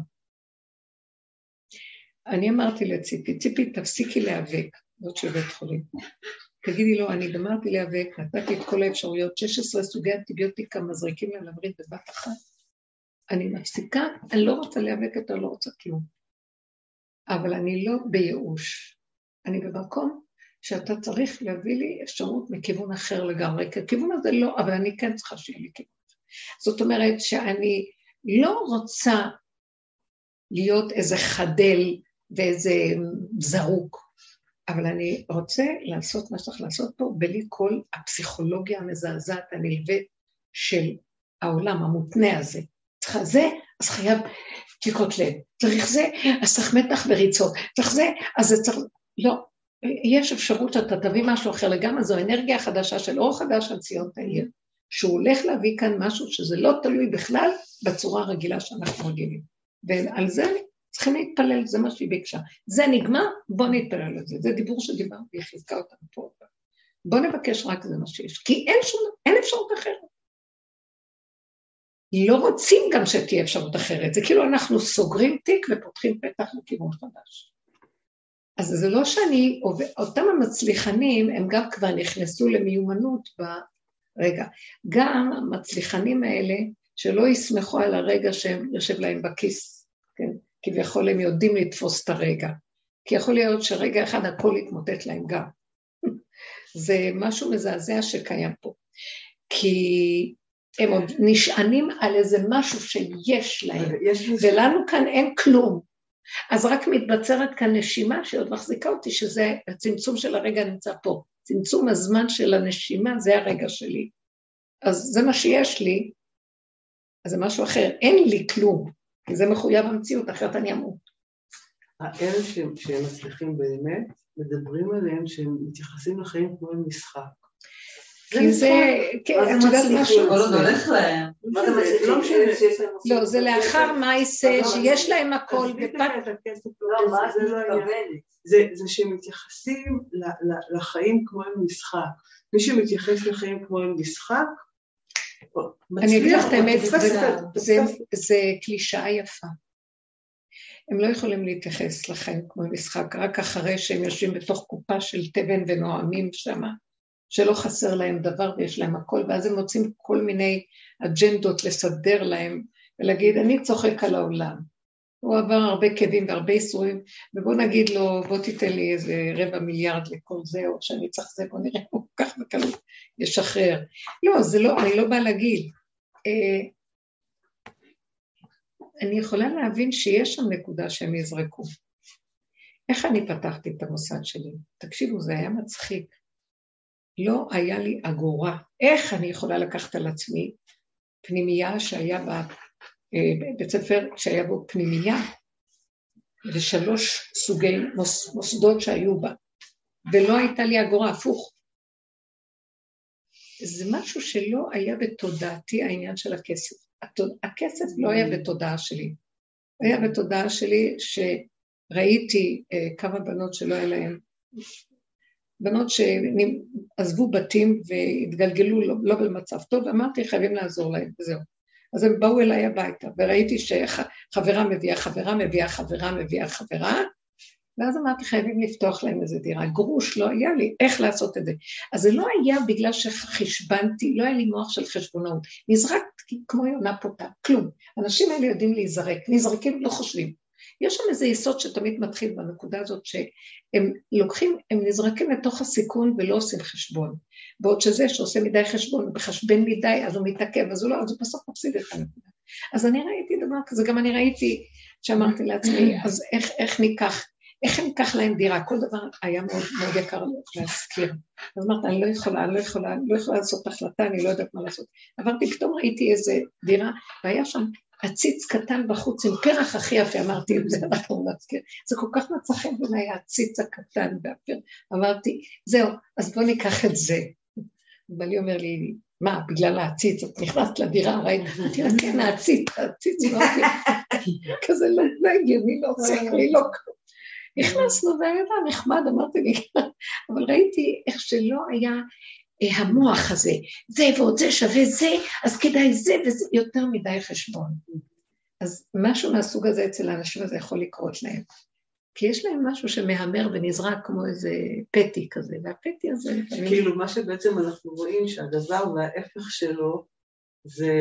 אני אמרתי לציפי, ציפי תפסיקי להיאבק, זאת של בית חולים. תגידי לו, אני גמרתי להיאבק, נתתי את כל האפשרויות, שש עשרה סוגי אנטיביוטיקה מזריקים לה לברית בבת אחת. אני מפסיקה, אני לא רוצה להיאבק יותר, לא רוצה כלום. אבל אני לא בייאוש. אני במקום שאתה צריך להביא לי אפשרות מכיוון אחר לגמרי, כי הכיוון הזה לא, אבל אני כן צריכה שיהיה לי כיוון. זאת אומרת שאני לא רוצה להיות איזה חדל ואיזה זרוק. אבל אני רוצה לעשות מה שצריך לעשות פה, בלי כל הפסיכולוגיה המזעזעת הנלווית של העולם המותנה הזה. צריך זה, אז חייב תיקות לב. צריך זה, אז צריך מתח וריצות. צריך זה, אז זה צריך... לא. יש אפשרות שאתה תביא משהו אחר לגמרי, זו אנרגיה חדשה של אור חדש על ציון תאיר, שהוא הולך להביא כאן משהו שזה לא תלוי בכלל בצורה הרגילה שאנחנו רגילים. ועל זה צריכים להתפלל, זה מה שהיא ביקשה. זה נגמר, בוא נתפלל על זה. זה דיבור שדיבר והיא חיזקה אותנו פה. בוא נבקש רק זה מה שיש, כי אין, שום, אין אפשרות אחרת. לא רוצים גם שתהיה אפשרות אחרת, זה כאילו אנחנו סוגרים תיק ופותחים פתח לכיוון חדש. אז זה לא שאני, אותם המצליחנים, הם גם כבר נכנסו למיומנות ברגע. גם המצליחנים האלה, שלא יסמכו על הרגע שהם יושב להם בכיס, כן? כביכול הם יודעים לתפוס את הרגע. כי יכול להיות שרגע אחד הכל יתמוטט להם גם. זה משהו מזעזע שקיים פה. כי הם עוד נשענים על איזה משהו שיש להם, ולנו כאן אין כלום. אז רק מתבצרת כאן נשימה שעוד מחזיקה אותי, שזה הצמצום של הרגע נמצא פה. צמצום הזמן של הנשימה זה הרגע שלי. אז זה מה שיש לי, אז זה משהו אחר. אין לי כלום, כי זה מחויב המציאות, אחרת אני אמות. האלה שהם, שהם מצליחים באמת, מדברים עליהם שהם מתייחסים לחיים כמו משחק. כי זה, כן, את יודעת משהו? לא, לא הולך להם. לא, זה לאחר מעשה, שיש להם הכל, לא, מה זה לא מתכוונת? זה שהם מתייחסים לחיים כמו הם משחק. מי שמתייחס לחיים כמו הם משחק, אני אגיד לך את האמת, זה קלישאה יפה. הם לא יכולים להתייחס לחיים כמו משחק, רק אחרי שהם יושבים בתוך קופה של תבן ונועמים שם, שלא חסר להם דבר ויש להם הכל, ואז הם מוצאים כל מיני אג'נדות לסדר להם, ולהגיד, אני צוחק על העולם. הוא עבר הרבה כאבים והרבה איסורים, ובוא נגיד לו, בוא תיתן לי איזה רבע מיליארד לכל זה, או שאני צריך זה, בוא נראה, הוא כך בקלות ישחרר. לא, זה לא, אני לא באה להגיד. אה, אני יכולה להבין שיש שם נקודה שהם יזרקו. איך אני פתחתי את המוסד שלי? תקשיבו, זה היה מצחיק. לא היה לי אגורה. איך אני יכולה לקחת על עצמי פנימייה שהיה בבית ספר, שהיה בו פנימייה, ושלוש סוגי מוס, מוסדות שהיו בה, ולא הייתה לי אגורה, הפוך. זה משהו שלא היה בתודעתי העניין של הכסף. הכסף לא היה בתודעה שלי. היה בתודעה שלי שראיתי כמה בנות שלא היה להן, בנות שעזבו בתים והתגלגלו לא, לא במצב טוב, אמרתי חייבים לעזור להם, וזהו. אז הם באו אליי הביתה, וראיתי שחברה מביאה חברה, מביאה חברה, מביאה חברה, ואז אמרתי חייבים לפתוח להם איזה דירה, גרוש לא היה לי, איך לעשות את זה. אז זה לא היה בגלל שחשבנתי, לא היה לי מוח של חשבונאות, נזרקתי כמו יונה פותה, כלום. אנשים האלה יודעים להיזרק, נזרקים, לא חושבים. יש שם איזה יסוד שתמיד מתחיל בנקודה הזאת, שהם לוקחים, הם נזרקים לתוך הסיכון ולא עושים חשבון. בעוד שזה שעושה מדי חשבון, ובחשבן מדי, אז הוא מתעכב, אז הוא לא, אז הוא בסוף מפסיד את הנקודה. אז אני ראיתי דבר כזה, גם אני ראיתי, שאמרתי לעצמי, אז איך, איך ניקח, איך ניקח להם דירה? כל דבר היה מאוד, מאוד יקר להזכיר. אז אמרתי, אני לא יכולה, אני לא יכולה, אני לא יכולה לעשות החלטה, אני לא יודעת מה לעשות. עברתי, פתאום ראיתי איזה דירה, והיה שם הציץ קטן בחוץ, עם פרח הכי יפה, אמרתי, זה אנחנו נזכיר. זה כל כך מצא חן בעיניי, הציץ הקטן והפרח. אמרתי, זהו, אז בוא ניקח את זה. ובלי אומר לי, מה, בגלל העציץ, את נכנסת לדירה, ראית, אמרתי לה, כן, העציץ, העציץ, אמרתי, כזה לא הגיוני, לא צריך לי, לא כלום. נכנסנו והייתה נחמד, אמרתי לי, אבל ראיתי איך שלא היה המוח הזה, זה ועוד זה שווה זה, אז כדאי זה וזה, יותר מדי חשבון. אז משהו מהסוג הזה אצל האנשים הזה יכול לקרות להם. כי יש להם משהו שמהמר ונזרק כמו איזה פטי כזה, והפטי הזה... כאילו מה שבעצם אנחנו רואים שהדבר וההפך שלו זה...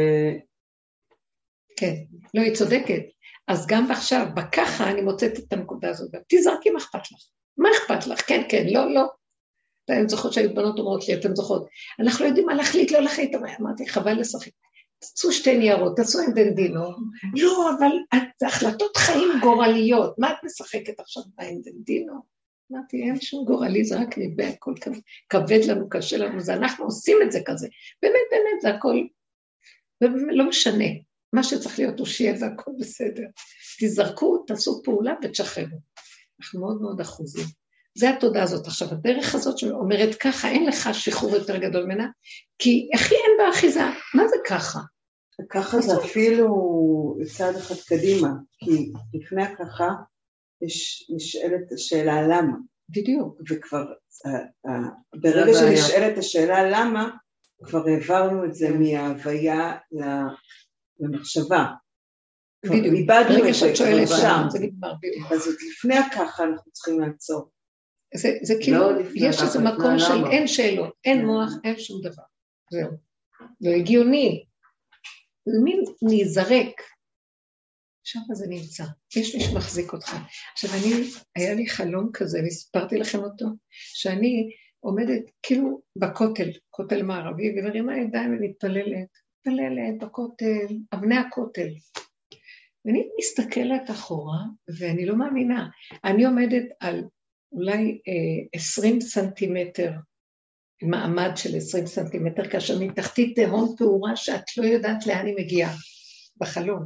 כן, לא, היא צודקת. אז גם עכשיו, בככה אני מוצאת את הנקודה הזאת, תזרקי מה אכפת לך. מה אכפת לך? כן, כן, לא, לא. אתם זוכרות שהיו בנות אומרות לי, אתם זוכרות, אנחנו לא יודעים מה להחליט, לא להחליט, אמרתי, חבל לשחק. תצאו שתי ניירות, תעשו עם דנדינו. לא, אבל את החלטות חיים גורליות, מה את משחקת עכשיו עם דנדינו? אמרתי, אין שום גורלי, זה רק נדבה, הכל כבד לנו, קשה לנו, זה אנחנו עושים את זה כזה. באמת, באמת, זה הכל, לא משנה. מה שצריך להיות הוא שיהיה והכל בסדר. תזרקו, תעשו פעולה ותשחררו. אנחנו מאוד מאוד אחוזים. זה התודעה הזאת. עכשיו, הדרך הזאת שאומרת ככה, אין לך שחרור יותר גדול ממנה, כי הכי אין בה אחיזה. מה זה ככה? ככה זה אפילו צעד אחד קדימה, כי לפני הככה יש נשאלת השאלה למה. בדיוק. וכבר, ברגע שנשאלת השאלה למה, כבר העברנו את זה מההוויה למחשבה. בדיוק. ברגע שאת שואלת שם, זה נגמר בדיוק. אז לפני הככה אנחנו צריכים לעצור. זה, זה כאילו, יש איזה מקום של אין שאלות, אין מוח, אין שום דבר. זהו. זה הגיוני. מין נזרק. שם זה נמצא. יש מי שמחזיק אותך. עכשיו אני, היה לי חלום כזה, והספרתי לכם אותו, שאני עומדת כאילו בכותל, כותל מערבי, ומרימה ידיים ומתפללת, מתפללת בכותל, אבני הכותל. ואני מסתכלת אחורה, ואני לא מאמינה. אני עומדת על אולי אה, עשרים סנטימטר, מעמד של עשרים סנטימטר, כאשר מתחתית תהום פעורה שאת לא יודעת לאן היא מגיעה, בחלום.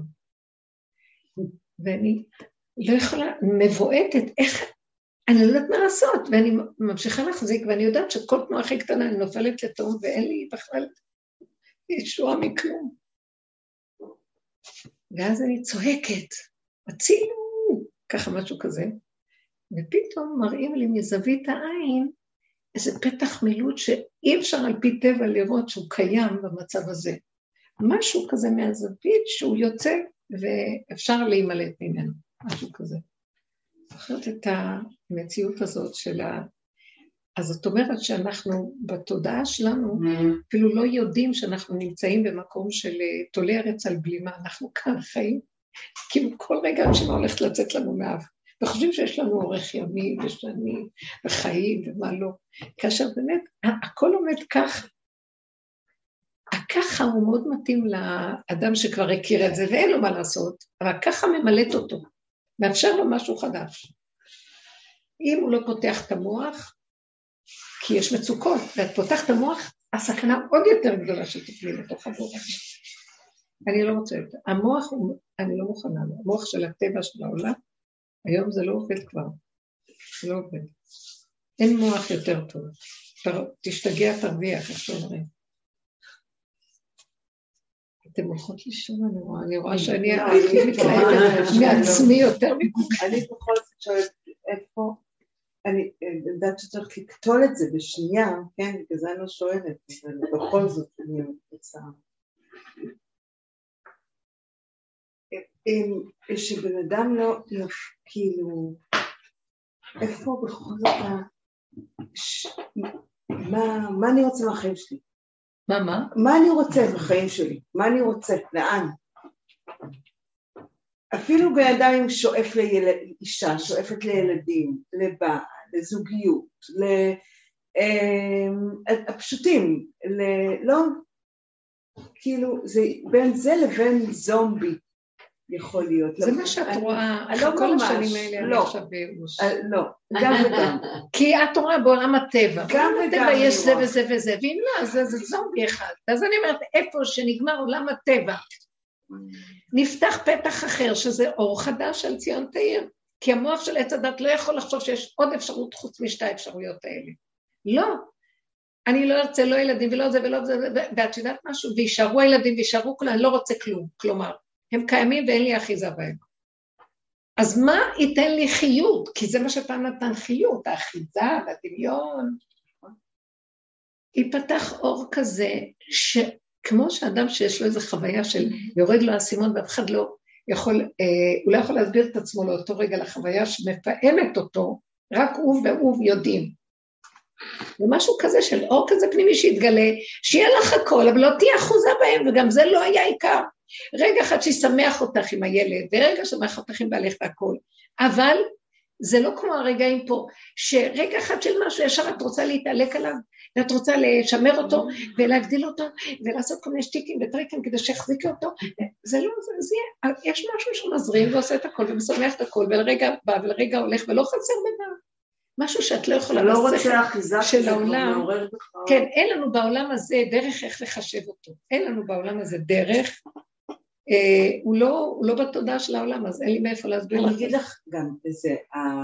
ואני לא יכולה, מבועטת, איך, אני לא יודעת מה לעשות, ואני ממשיכה להחזיק, ואני יודעת שכל תנועה הכי קטנה, אני נופלת לתהום, ואין לי בכלל ישועה מכלום. ואז אני צועקת, הצילו, ככה משהו כזה, ופתאום מראים לי מזווית העין, איזה פתח מילוט שאי אפשר על פי טבע לראות שהוא קיים במצב הזה. משהו כזה מהזווית שהוא יוצא ואפשר להימלט ממנו, משהו כזה. זוכרת את המציאות הזאת של ה... אז זאת אומרת שאנחנו בתודעה שלנו אפילו לא יודעים שאנחנו נמצאים במקום של תולי ארץ על בלימה, אנחנו כאן חיים, כאילו כל רגע הנשימה הולכת לצאת לנו מאב. וחושבים שיש לנו אורך ימי ושנים וחיים ומה לא. כאשר באמת הכל עומד כך, הככה הוא מאוד מתאים לאדם שכבר הכיר את זה ואין לו מה לעשות, אבל ככה ממלאת אותו, מאפשר לו משהו חדש. אם הוא לא פותח את המוח, כי יש מצוקות, ואת פותח את המוח, הסכנה עוד יותר גדולה שתפלי לתוך הבור. אני לא רוצה את זה. המוח, הוא, אני לא מוכנה לו, המוח של הטבע של העולם, היום זה לא עובד כבר, זה לא עובד. אין מוח יותר טוב. תשתגע, תרוויח, איך שאומרים. אתם הולכות לישון, אני רואה, אני רואה שאני מתלהבת מעצמי יותר מכולם. אני בכל זאת שואלת איפה, אני יודעת שצריך לקטול את זה בשנייה, כן, בגלל זה אני לא שואלת, אבל בכל זאת אני רוצה. שבן אדם לא, כאילו, איפה בכל זאת, מה אני רוצה מהחיים שלי? מה, מה? מה אני רוצה בחיים שלי? מה אני רוצה? לאן? אפילו בידיים שואף לאישה, שואפת לילדים, לבעל, לזוגיות, הפשוטים, לא, כאילו, בין זה לבין זומבי יכול להיות. זה מה שאת רואה, כל השנים האלה אני עכשיו באוש. לא, גם וגם. כי את רואה בעולם הטבע, גם וגם יש זה וזה וזה, ואם לא, זה זומבי אחד. אז אני אומרת, איפה שנגמר עולם הטבע, נפתח פתח אחר, שזה אור חדש על ציון תאיר, כי המוח של עץ הדת לא יכול לחשוב שיש עוד אפשרות חוץ משתי האפשרויות האלה. לא. אני לא ארצה לא ילדים ולא זה ולא זה, ואת יודעת משהו, וישארו הילדים וישארו כולם, אני לא רוצה כלום, כלומר, הם קיימים ואין לי אחיזה בהם. אז מה ייתן לי חיות? כי זה מה שאתה נתן חיות, האחיזה, הדמיון. ייפתח אור כזה, שכמו שאדם שיש לו איזו חוויה של יורד לו הסימון, ואף אחד לא יכול, אה, הוא לא יכול להסביר את עצמו לאותו רגע לחוויה שמפעמת אותו, רק הוא והוא יודעים. ומשהו כזה של אור כזה פנימי שיתגלה, שיהיה לך הכל, אבל לא תהיה אחוזה בהם, וגם זה לא היה עיקר. רגע אחד שישמח אותך עם הילד, ורגע שמח אותך עם בעלך והכל, אבל זה לא כמו הרגעים פה, שרגע אחד של משהו ישר את רוצה להתעלק עליו, ואת רוצה לשמר אותו, ולהגדיל אותו, ולעשות כל מיני שטיקים וטריקים כדי שיחזיקי אותו, זה לא, זה, זה, יש משהו שמזרים ועושה את הכל, ומשמח את הכל, ולרגע בא ולרגע הולך, ולא חסר דבר. משהו שאת לא יכולה... אתה לא רוצה אחיזה של העולם. כן, אין לנו בעולם הזה דרך איך לחשב אותו. אין לנו בעולם הזה דרך, אה, הוא, לא, הוא לא בתודעה של העולם, אז אין לי מאיפה להסביר לך. אני אגיד לך גם, זה,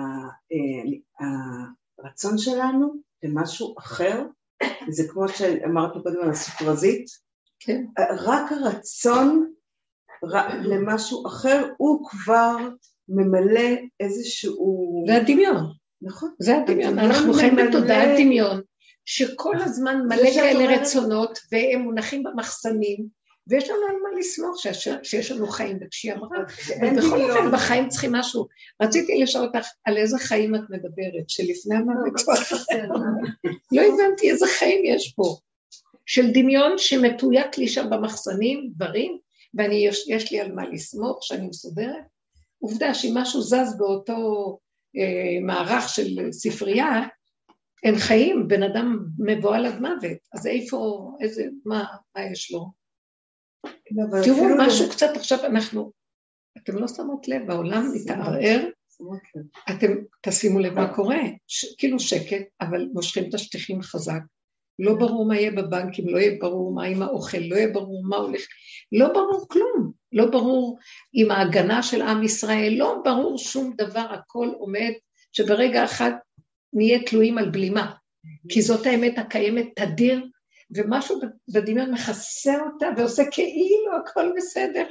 הרצון שלנו למשהו אחר, זה כמו שאמרת קודם על הסופרזית, כן. רק הרצון למשהו אחר, הוא כבר ממלא איזשהו... זה הדמיון. נכון. זה הדמיון, אנחנו חיים בתודעת דמיון, שכל הזמן מלא כאלה רצונות, והם מונחים במחסנים, ויש לנו על מה לשמוח שיש לנו חיים, וכשהיא אמרה, בכל אופן בחיים צריכים משהו. רציתי לשאול אותך על איזה חיים את מדברת, שלפני המוות, לא הבנתי איזה חיים יש פה, של דמיון שמתויק לי שם במחסנים, דברים, ויש לי על מה לשמוח שאני מסודרת. עובדה שאם משהו זז באותו אה, מערך של ספרייה, אין חיים, בן אדם מבועל עד מוות, אז איפה, איזה, מה, מה יש לו? תראו משהו קצת עכשיו, אנחנו, אתם לא שמות לב, העולם מתערער, אתם תשימו לב מה קורה, כאילו שקט, אבל מושכים את השטיחים חזק, לא ברור מה יהיה בבנקים, לא יהיה ברור מה עם האוכל, לא יהיה ברור מה הולך, לא ברור כלום, לא ברור עם ההגנה של עם ישראל, לא ברור שום דבר, הכל עומד, שברגע אחד נהיה תלויים על בלימה, כי זאת האמת הקיימת תדיר, ומשהו בדמיון מכסה אותה, ועושה כאילו הכל בסדר.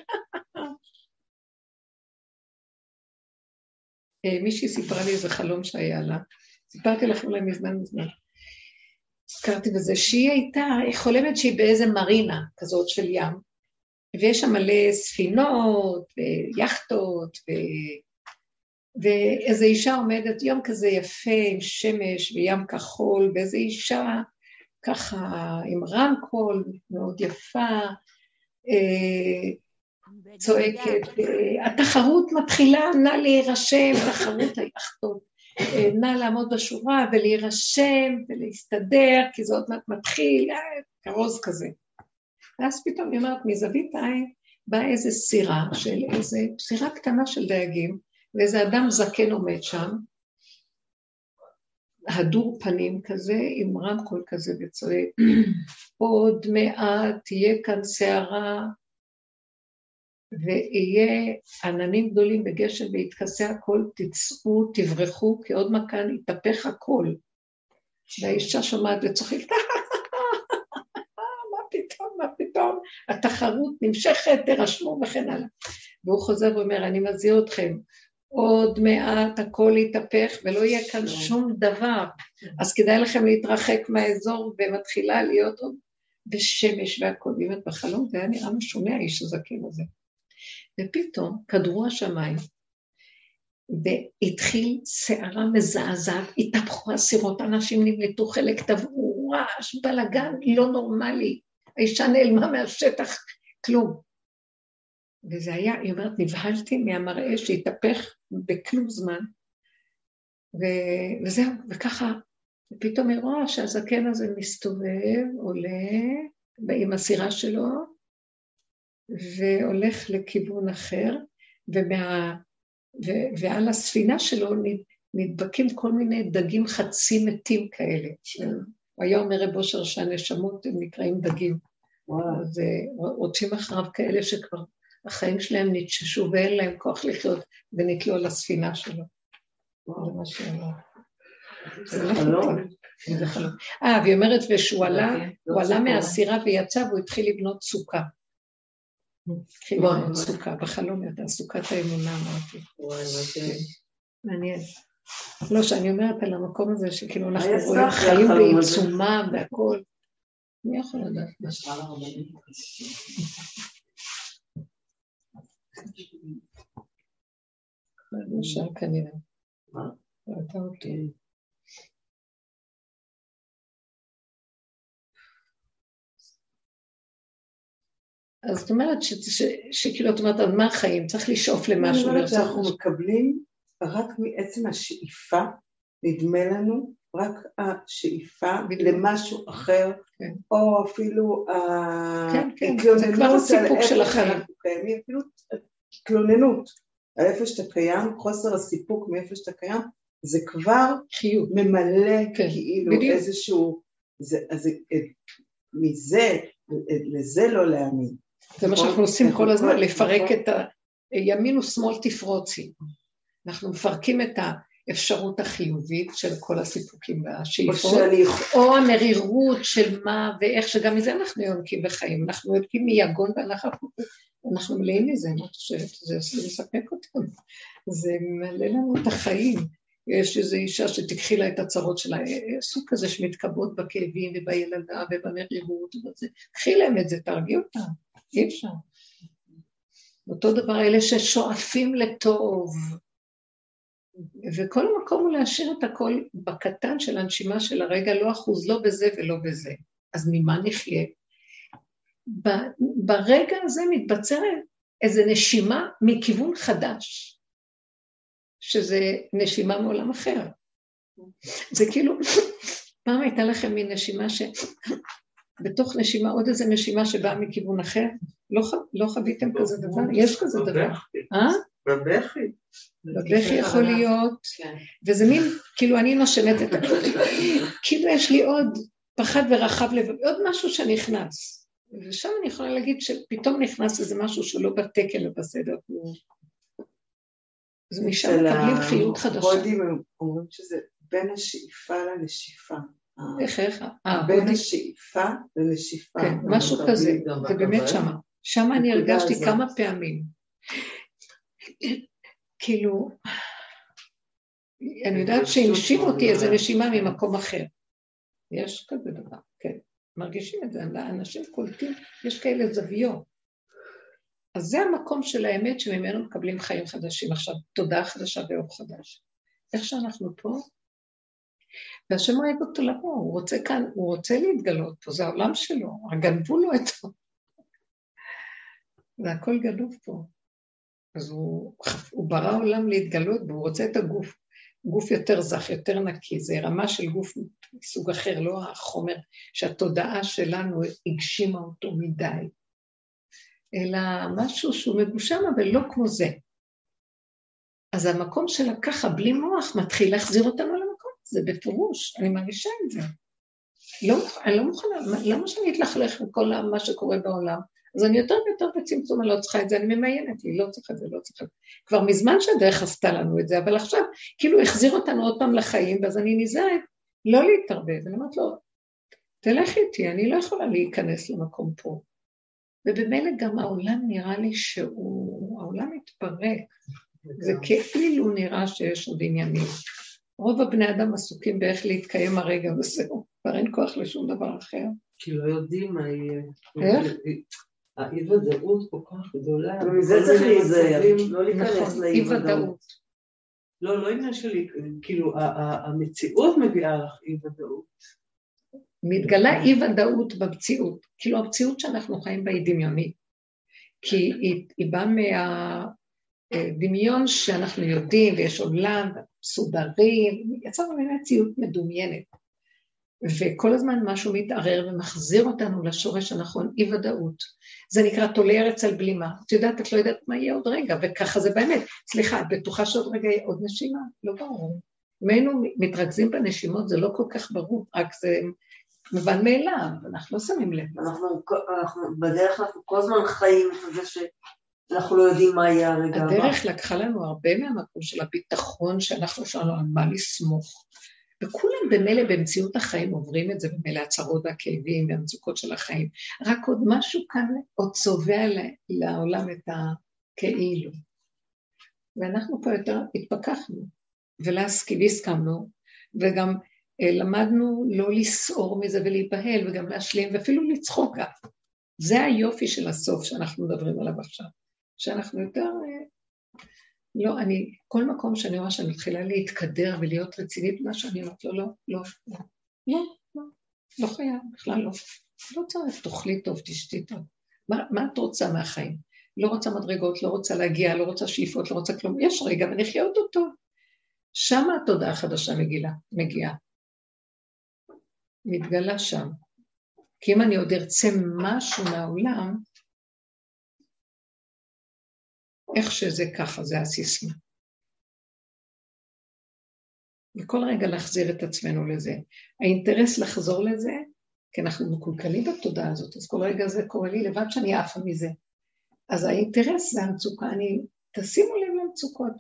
מישהי סיפרה לי איזה חלום שהיה לה, סיפרתי לכם אולי מזמן מזמן, הזכרתי בזה, שהיא הייתה, היא חולמת שהיא באיזה מרינה כזאת של ים, ויש שם מלא ספינות, ויחטות, ו... ואיזו אישה עומדת, יום כזה יפה, עם שמש וים כחול, ואיזו אישה ככה עם רמקול, מאוד יפה, צועקת, התחרות מתחילה, נא להירשם, תחרות היחטות, נא לעמוד בשורה ולהירשם ולהסתדר, כי זה עוד מעט מתחיל, כרוז כזה. ואז פתאום היא אומרת, מזווית העין, באה איזו סירה, של איזו סירה קטנה של דייגים, ואיזה אדם זקן עומד שם, הדור פנים כזה, עם רמקול כזה וצועק, עוד מעט תהיה כאן שערה, ויהיה עננים גדולים בגשם ויתכסה הכל, תצאו, תברחו, כי עוד מכאן יתהפך הכל. והאישה שומעת וצוחקת, מה פתאום, מה פתאום, התחרות נמשכת, תרשמו וכן הלאה. והוא חוזר ואומר, אני מזהיר אתכם, עוד מעט הכל יתהפך ולא יהיה כאן שום דבר, אז כדאי לכם להתרחק מהאזור, ומתחילה להיות עוד בשמש והכל, באמת בחלום, זה היה נראה משונה האיש הזקן הזה. ופתאום כדרו השמיים, והתחיל שערה מזעזעת, התהפכו הסירות, אנשים נמלטו, חלק טבעו, רעש, בלגן, לא נורמלי, האישה נעלמה מהשטח, כלום. וזה היה, היא אומרת, נבהלתי מהמראה שהתהפך בכלום זמן, ו- וזהו, וככה, ופתאום היא רואה שהזקן הזה מסתובב, עולה, עם הסירה שלו, והולך לכיוון אחר, ומה, ו- ועל הספינה שלו נדבקים כל מיני דגים חצי מתים כאלה. הוא היה אומר רב אושר שהנשמות הם נקראים דגים. וואו. אז רוצים אחריו כאלה שכבר החיים שלהם נתששו ואין להם כוח לחיות, ונתלו על הספינה שלו. זה מה שאומר. זה חלום. זה חלום. אה, והיא אומרת, ושהוא עלה, הוא עלה מהסירה ויצא, והוא התחיל לבנות סוכה. התחיל לבנות סוכה, בחלום ידע, סוכת האמונה, אמרתי. מעניין. לא, שאני אומרת על המקום הזה, שכאילו אנחנו רואים חיים בעיצומם והכל. מי יכול לדעת? נשאר כנראה. אתה אותי. אז זאת אומרת שכאילו, את אומרת, על מה החיים? צריך לשאוף למשהו. אני אומרת שאנחנו מקבלים רק מעצם השאיפה, נדמה לנו, רק השאיפה למשהו אחר, או אפילו התלוננות על איפה שאנחנו קיימים, אפילו התלוננות על איפה שאתה קיים, חוסר הסיפוק מאיפה שאתה קיים, זה כבר חיות. ממלא כן, כאילו בדיוק. איזשהו, זה, אז מזה, לזה לא להאמין. זה מה שאנחנו עושים כל הזמן, לפרק את הימין ושמאל תפרוצי. אנחנו מפרקים את האפשרות החיובית של כל הסיפוקים והשאיפות, או המרירות של מה ואיך, שגם מזה אנחנו יונקים בחיים. אנחנו יונקים מיגון ואנחנו אנחנו מלאים מזה, מה חושבת? זה מספק אותם. זה מלא לנו את החיים. יש איזו אישה שתקחי לה את הצרות שלה, סוג כזה שמתקבות בכאבים ובילדה ובמרירות ובזה. קחי להם את זה, תרגיע אותם. אי אפשר. אותו דבר, אלה ששואפים לטוב. וכל המקום הוא להשאיר את הכל בקטן של הנשימה של הרגע, לא אחוז, לא בזה ולא בזה. אז ממה נחיה? ברגע הזה מתבצרת איזו נשימה מכיוון חדש, שזה נשימה מעולם אחר. זה כאילו, פעם הייתה לכם מין נשימה ש... בתוך נשימה, עוד איזו נשימה שבאה מכיוון אחר, לא, ח... לא חוויתם כזה דבר? יש כזה דבר. אה? בבכי. בבכי יכול להיות, וזה מין, כאילו אני נושמת את הכל, כאילו יש לי עוד פחד ורחב לב, עוד משהו שנכנס. ושם אני יכולה להגיד שפתאום נכנס איזה משהו שלא בתקן ובסדר. אז משם מקבלים חיות חדשה. הודים הם אומרים שזה בין השאיפה לנשיפה. איך איך? בין השאיפה לנשיפה. כן, משהו כזה, זה באמת שמה. שמה אני הרגשתי כמה פעמים. כאילו, אני יודעת שהנשיב אותי איזו נשימה ממקום אחר. יש כזה דבר, כן. מרגישים את זה, אנשים קולטים, יש כאלה זוויות. אז זה המקום של האמת שממנו מקבלים חיים חדשים. עכשיו, תודעה חדשה ואור חדש. איך שאנחנו פה, והשם אוהב אותו לבוא, הוא רוצה כאן, הוא רוצה להתגלות פה, זה העולם שלו, גנבו לו אותו. והכל גנוב פה. אז הוא, הוא ברא עולם להתגלות, והוא רוצה את הגוף. גוף יותר זך, יותר נקי, זה רמה של גוף מסוג אחר, לא החומר שהתודעה שלנו הגשימה אותו מדי, אלא משהו שהוא מגושם, אבל לא כמו זה. אז המקום שלה ככה, בלי מוח, מתחיל להחזיר אותנו למקום, זה בפירוש, אני מרגישה את זה. לא, אני לא מוכנה, למה שאני אתלכלך מכל מה שקורה בעולם? אז אני יותר ויותר בצמצום, אני לא צריכה את זה, אני ממיינת לי, לא צריכה את זה, לא צריכה את זה. כבר מזמן שהדרך עשתה לנו את זה, אבל עכשיו כאילו החזיר אותנו עוד פעם לחיים, ואז אני נזהרת לא להתערבב, אני אומרת לו, תלך איתי, אני לא יכולה להיכנס למקום פה. ובמילא גם העולם נראה לי שהוא, העולם מתפרק, זה כאילו נראה שיש עוד עניינים. רוב הבני אדם עסוקים באיך להתקיים הרגע וזהו, כבר אין כוח לשום דבר אחר. כי לא יודעים מה יהיה. איך? האי-ודאות כל כך גדולה. ומזה צריך להיזהר, לא להיכנס לאי-ודאות. לא, לא עניין שלי, כאילו המציאות מביאה לך אי-ודאות. מתגלה אי-ודאות במציאות, כאילו המציאות שאנחנו חיים בה היא דמיונית, כי היא, היא באה מהדמיון שאנחנו יודעים ויש עולם, סודרים, יצרנו ממנה מציאות מדומיינת, וכל הזמן משהו מתערער ומחזיר אותנו לשורש הנכון, אי ודאות. זה נקרא תולה ארץ על בלימה. את יודעת, את לא יודעת מה יהיה עוד רגע, וככה זה באמת. סליחה, את בטוחה שעוד רגע יהיה עוד נשימה? לא ברור. אם היינו מתרכזים בנשימות, זה לא כל כך ברור, רק זה מובן מאליו, אנחנו לא שמים לב. אנחנו, אנחנו בדרך אנחנו כל הזמן חיים את זה שאנחנו לא יודעים מה יהיה הרגע הבא. הדרך לקחה לנו הרבה מהמקום של הביטחון, שאנחנו שאלנו על מה לסמוך. וכולם במילא במציאות החיים עוברים את זה, במילא הצרות והכאבים והמצוקות של החיים. רק עוד משהו כאן עוד צובע לעולם את הכאילו. ואנחנו פה יותר התפכחנו, ולהסכים, והסכמנו, וגם למדנו לא לסעור מזה ולהיבהל, וגם להשלים, ואפילו לצחוק. זה היופי של הסוף שאנחנו מדברים עליו עכשיו. שאנחנו יותר... לא, אני, כל מקום שאני רואה שאני מתחילה להתקדר ולהיות רצינית, מה שאני אומרת, לא, לא, לא, לא, לא, לא, לא חייב, בכלל לא, לא צריך, תאכלי טוב, תשתי טוב. מה, מה את רוצה מהחיים? לא רוצה מדרגות, לא רוצה להגיע, לא רוצה שאיפות, לא רוצה כלום, יש רגע ונחיה אותו טוב. שם התודעה החדשה מגיעה, מגיעה. מתגלה שם. כי אם אני עוד ארצה משהו מהעולם, איך שזה ככה, זה הסיסמה. וכל רגע להחזיר את עצמנו לזה. האינטרס לחזור לזה, כי אנחנו מקולקלים בתודעה הזאת, אז כל רגע זה קורה לי לבד שאני עפה מזה. אז האינטרס זה המצוקה, אני, תשימו לב למצוקות,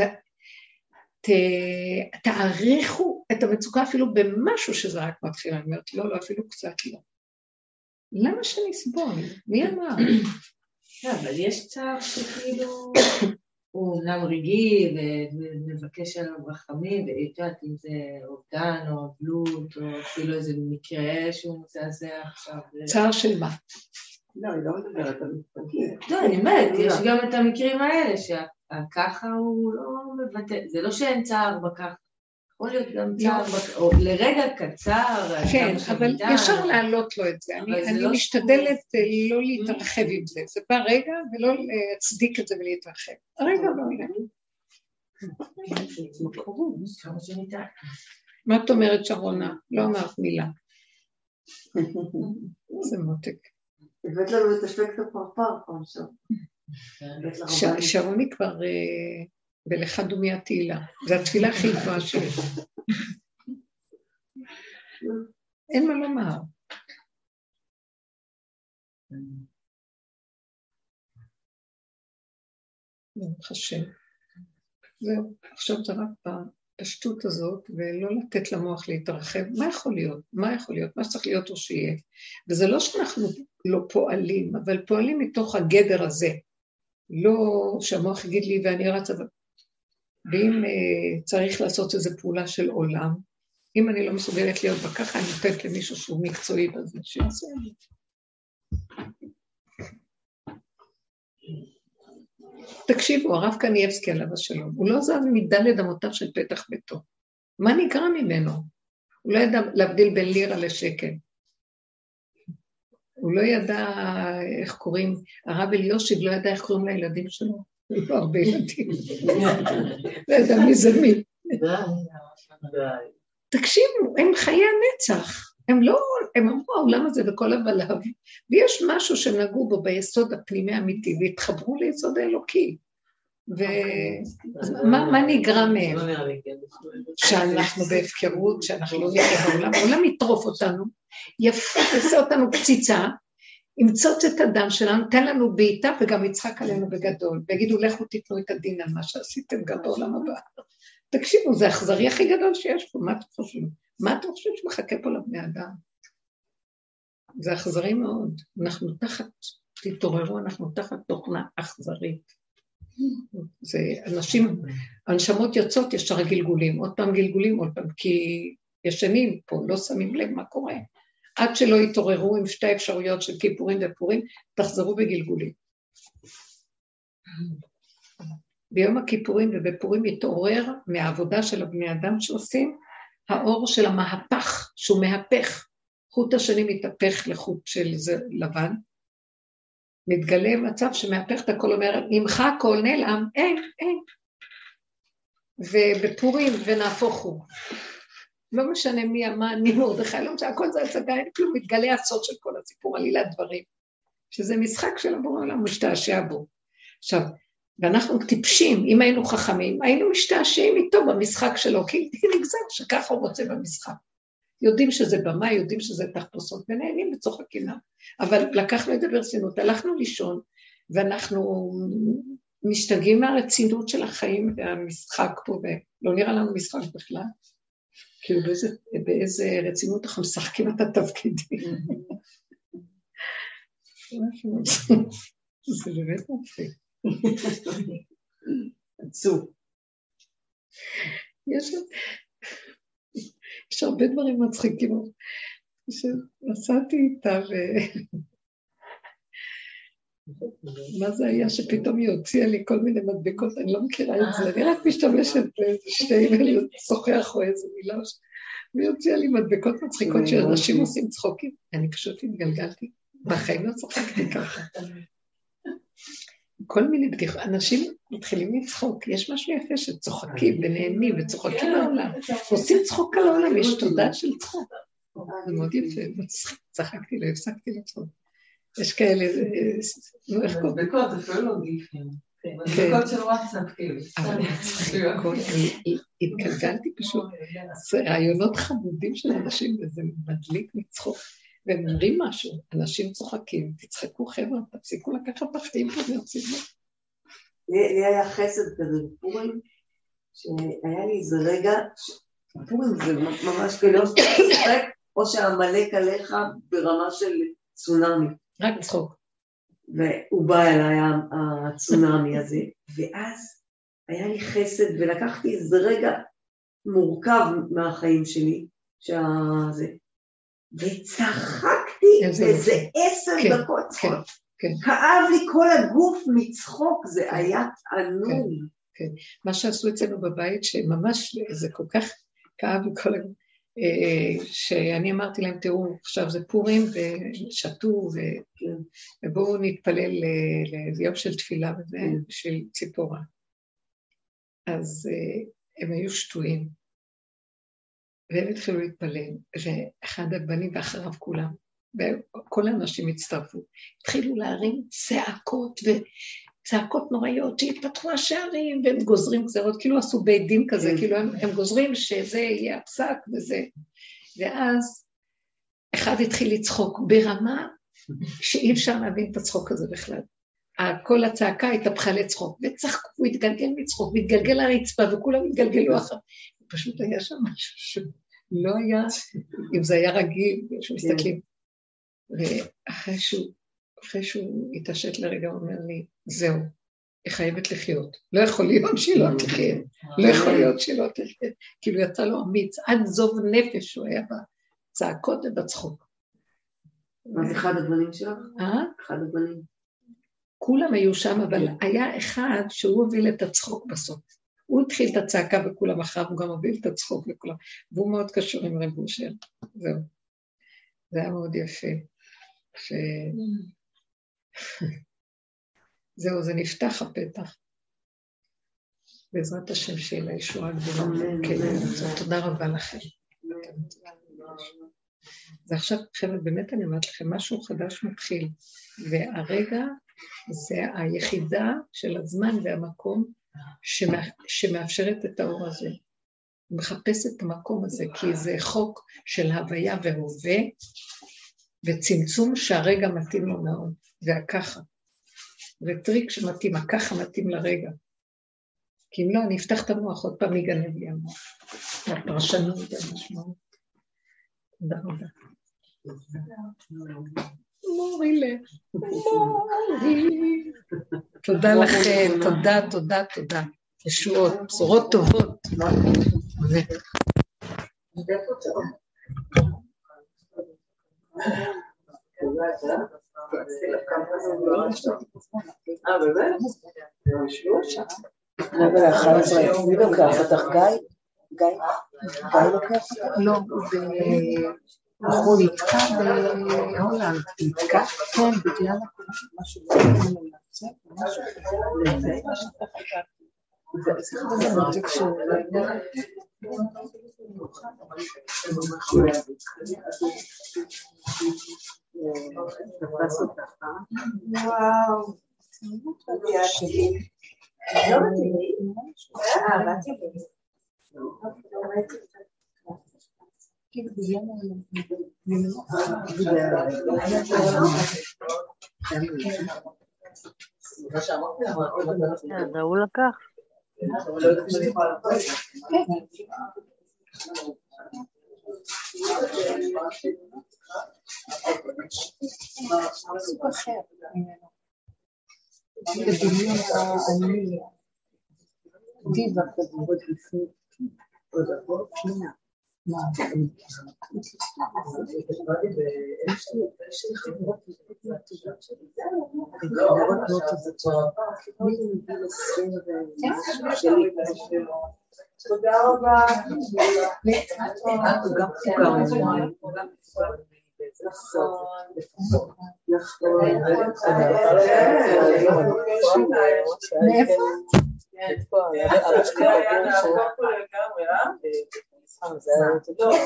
ותעריכו את המצוקה אפילו במשהו שזה רק מתחיל, אני אומרת, לא, לא, אפילו קצת לא. למה שנסבול? מי אמר? לא, אבל יש צער שכאילו, הוא אומנם רגעי ומבקש עליו רחמים, ויודעת אם זה אובדן או אבלות, או אפילו איזה מקרה שהוא מזעזע עכשיו. צער של מה? לא, היא לא מדברת על מתפגעים. לא, אני אומרת, יש גם את המקרים האלה, שהככה הוא לא מבטא, זה לא שאין צער בככה. יכול להיות גם צער, או לרגע קצר. כן, אבל ישר להעלות לו את זה. אני משתדלת לא להתרחב עם זה. זה בא רגע ולא להצדיק את זה ולהתרחב. הרגע לא יהיה. מה את אומרת שרונה? לא אמרת מילה. זה מותק. הבאת לנו את אפקט הפרפר פעם שם. שרוני כבר... ולך דומי התהילה. זו התפילה הכי גבוהה שיש. אין מה לומר. חשב. זהו, עכשיו זה רק בפשטות הזאת, ולא לתת למוח להתרחב. מה יכול להיות? מה יכול להיות? מה שצריך להיות הוא שיהיה. וזה לא שאנחנו לא פועלים, אבל פועלים מתוך הגדר הזה. לא שהמוח יגיד לי ואני רצה... ואם uh, צריך לעשות איזו פעולה של עולם, אם אני לא מסוגלת להיות בככה, אני נותנת למישהו שהוא מקצועי בזה, שיעשה את זה. תקשיבו, הרב קניאבסקי עליו השלום, הוא לא זז מדלת אמותיו של פתח ביתו. מה נגרע ממנו? הוא לא ידע להבדיל בין לירה לשקל. הוא לא ידע איך קוראים, הרב אליושיב לא ידע איך קוראים לילדים שלו. היו פה הרבה ילדים. לא יודע מי זה מי. תקשיבו, הם חיי הנצח. הם לא, הם אמרו העולם הזה וכל הבלב. ויש משהו שנגעו בו ביסוד הפנימי האמיתי, והתחברו ליסוד האלוקי. ומה נגרע מהם? שאנחנו בהפקרות, שאנחנו לא נראה בעולם. העולם יטרוף אותנו, יעשה אותנו קציצה, ימצוץ את הדם שלנו, תן לנו בעיטה וגם יצחק עלינו בגדול, ויגידו לכו תיתנו את הדין על מה שעשיתם גם בעולם הבא. תקשיבו, זה האכזרי הכי גדול שיש פה, מה אתם חושבים? מה אתם חושבים שמחכה פה לבני אדם? זה אכזרי מאוד, אנחנו תחת, תתעוררו, אנחנו תחת תוכנה אכזרית. זה אנשים, הנשמות יוצאות ישר גלגולים, עוד פעם גלגולים, עוד פעם, כי ישנים פה, לא שמים לב מה קורה. עד שלא יתעוררו עם שתי אפשרויות של כיפורים ופורים, תחזרו בגלגולים. ביום הכיפורים ובפורים יתעורר מהעבודה של הבני אדם שעושים, האור של המהפך, שהוא מהפך, חוט השני מתהפך לחוט של לבן, מתגלה מצב שמהפך את הכל, אומר, נמחה הכל נעלם, אין, אין. ובפורים ונהפוך הוא. לא משנה מי אמר, אני מרדכי, לא משנה, הכל זה הצגה, אין כלום, מתגלה הסוד של כל הסיפור, עלילת דברים, שזה משחק של הבורא העולם, משתעשע בו. עכשיו, ואנחנו טיפשים, אם היינו חכמים, היינו משתעשעים איתו במשחק שלו, כי נגזר שככה הוא רוצה במשחק. יודעים שזה במה, יודעים שזה תחפושות, ונהנים וצוחקים. אבל לקחנו את זה ברצינות, הלכנו לישון, ואנחנו משתגעים מהרצינות של החיים והמשחק פה, ולא נראה לנו משחק בכלל. כאילו באיזה, באיזה רצינות אנחנו משחקים את התפקידים. זה באמת מפחיד. עצוב. יש, יש הרבה דברים מצחיקים. שנסעתי איתה ו... מה זה היה שפתאום היא הוציאה לי כל מיני מדבקות, אני לא מכירה את זה, אני רק משתמשת באיזה שתי מילים, שוחח או איזה מילה, והיא הוציאה לי מדבקות מצחיקות שאנשים עושים צחוקים, אני פשוט התגלגלתי, בחיים לא צחקתי ככה. כל מיני בדיחות, אנשים מתחילים לצחוק, יש משהו יפה שצוחקים ונהנים וצוחקים לעולם, עושים צחוק על העולם, יש תודה של צחוק, זה מאוד יפה, צחקתי, לא הפסקתי לצחוק. יש כאלה, נו איך קוראים? מדבקות, אפילו לא גיפים. בדקות של וואטסאפ, כאילו. אבל התגלגלתי פשוט, זה רעיונות חמודים של אנשים, וזה מדליק מצחוק, והם אומרים משהו, אנשים צוחקים, תצחקו חבר'ה, תפסיקו לקחת בחיים פה והציבור. לי היה חסד כזה בפורים, שהיה לי איזה רגע, פורים זה ממש כאילו, או שאתה צוחק, או שהמלאק עליך ברמה של צונאמי. רק צחוק. והוא בא אליי, הצונאמי הזה, ואז היה לי חסד, ולקחתי איזה רגע מורכב מהחיים שלי, שזה, וצחקתי איזה עשר דקות צחוק. כאב לי כל הגוף מצחוק, זה היה ענוג. מה שעשו אצלנו בבית, שממש זה כל כך כאב לי כל הגוף, שאני אמרתי להם, תראו, עכשיו זה פורים ושתו, ובואו נתפלל ליום של תפילה וזה, בשביל ציפורה. אז הם היו שטויים, והם התחילו להתפלל, ואחד הבנים ואחריו כולם, וכל האנשים הצטרפו, התחילו להרים צעקות, וצעקות נוראיות, שהתפתחו השערים, והם גוזרים גזרות, כאילו עשו בית דין כזה, כאילו הם, הם גוזרים שזה יהיה הפסק וזה, ואז אחד התחיל לצחוק ברמה, שאי אפשר להבין את הצחוק הזה בכלל. כל הצעקה התהפכה לצחוק, וצחקו, הוא התגלגל מצחוק, והתגלגל לרצפה, וכולם התגלגלו אחר. פשוט היה שם משהו שלא היה, אם זה היה רגיל, שמסתכלים. ואחרי שהוא, אחרי שהוא התעשת לרגע, הוא אומר לי, זהו, היא חייבת לחיות. לא יכול להיות שהיא לא תחיה. לא יכול להיות שהיא לא תחיה. כאילו יצא לו אמיץ, עד זוב נפש שהוא היה בצעקות ובצחוק. מה זה אחד הבנים שלך? אה? אחד הבנים. כולם היו שם, אבל היה אחד שהוא הוביל את הצחוק בסוף. הוא התחיל את הצעקה וכולם אחריו, הוא גם הוביל את הצחוק וכולם. והוא מאוד קשור עם רב אושר. זהו. זה היה מאוד יפה. ש... זהו, זה נפתח הפתח. בעזרת השם שיהיה לה ישועה גדולה. תודה רבה לכם. זה עכשיו, חבר'ה, באמת אני אומרת לכם, משהו חדש מתחיל, והרגע זה היחידה של הזמן והמקום שמאפשרת את האור הזה. הוא מחפש את המקום הזה, כי זה חוק של הוויה והווה, וצמצום שהרגע מתאים לו מאוד, והככה. וטריק שמתאים, הככה מתאים לרגע. כי אם לא, אני אפתח את המוח, עוד פעם יגנב לי המוח. הפרשנות והמשמעות. תודה רבה. מורילה, מורי. תודה לכם, תודה, תודה, תודה. ישועות, בשורות טובות. אה, באמת? נבל אחת עשרה, מי לוקח אותך? גיא? גיא? גיא לוקח אותך? לא, הוא נתקע בהולנד. נתקע? כן, בגלל משהו לצאת, משהו זה מרתק שהוא וואו, לא מתאים. אה, באתי בזה. כאילו בגלל זה הוא לקח. סוג אחר בדמיון העני דיבה כזה עוד לפני עוד עבור פנינה מה? יש לי חברות טובות שלי חברות מאוד טובות מי זה מגיל עשרים שלי תודה רבה הוא גם חוקר זה היה יותר טוב,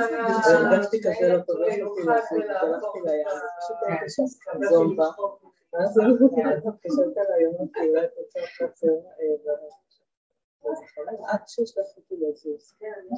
הרגשתי כזה לא טוב, הלכתי ליד, פשוט היה קשה, זומבה, ואז אני מתקשרת אליי, אמרתי, אולי את רוצה לקצר, עד שש דקות לזוז.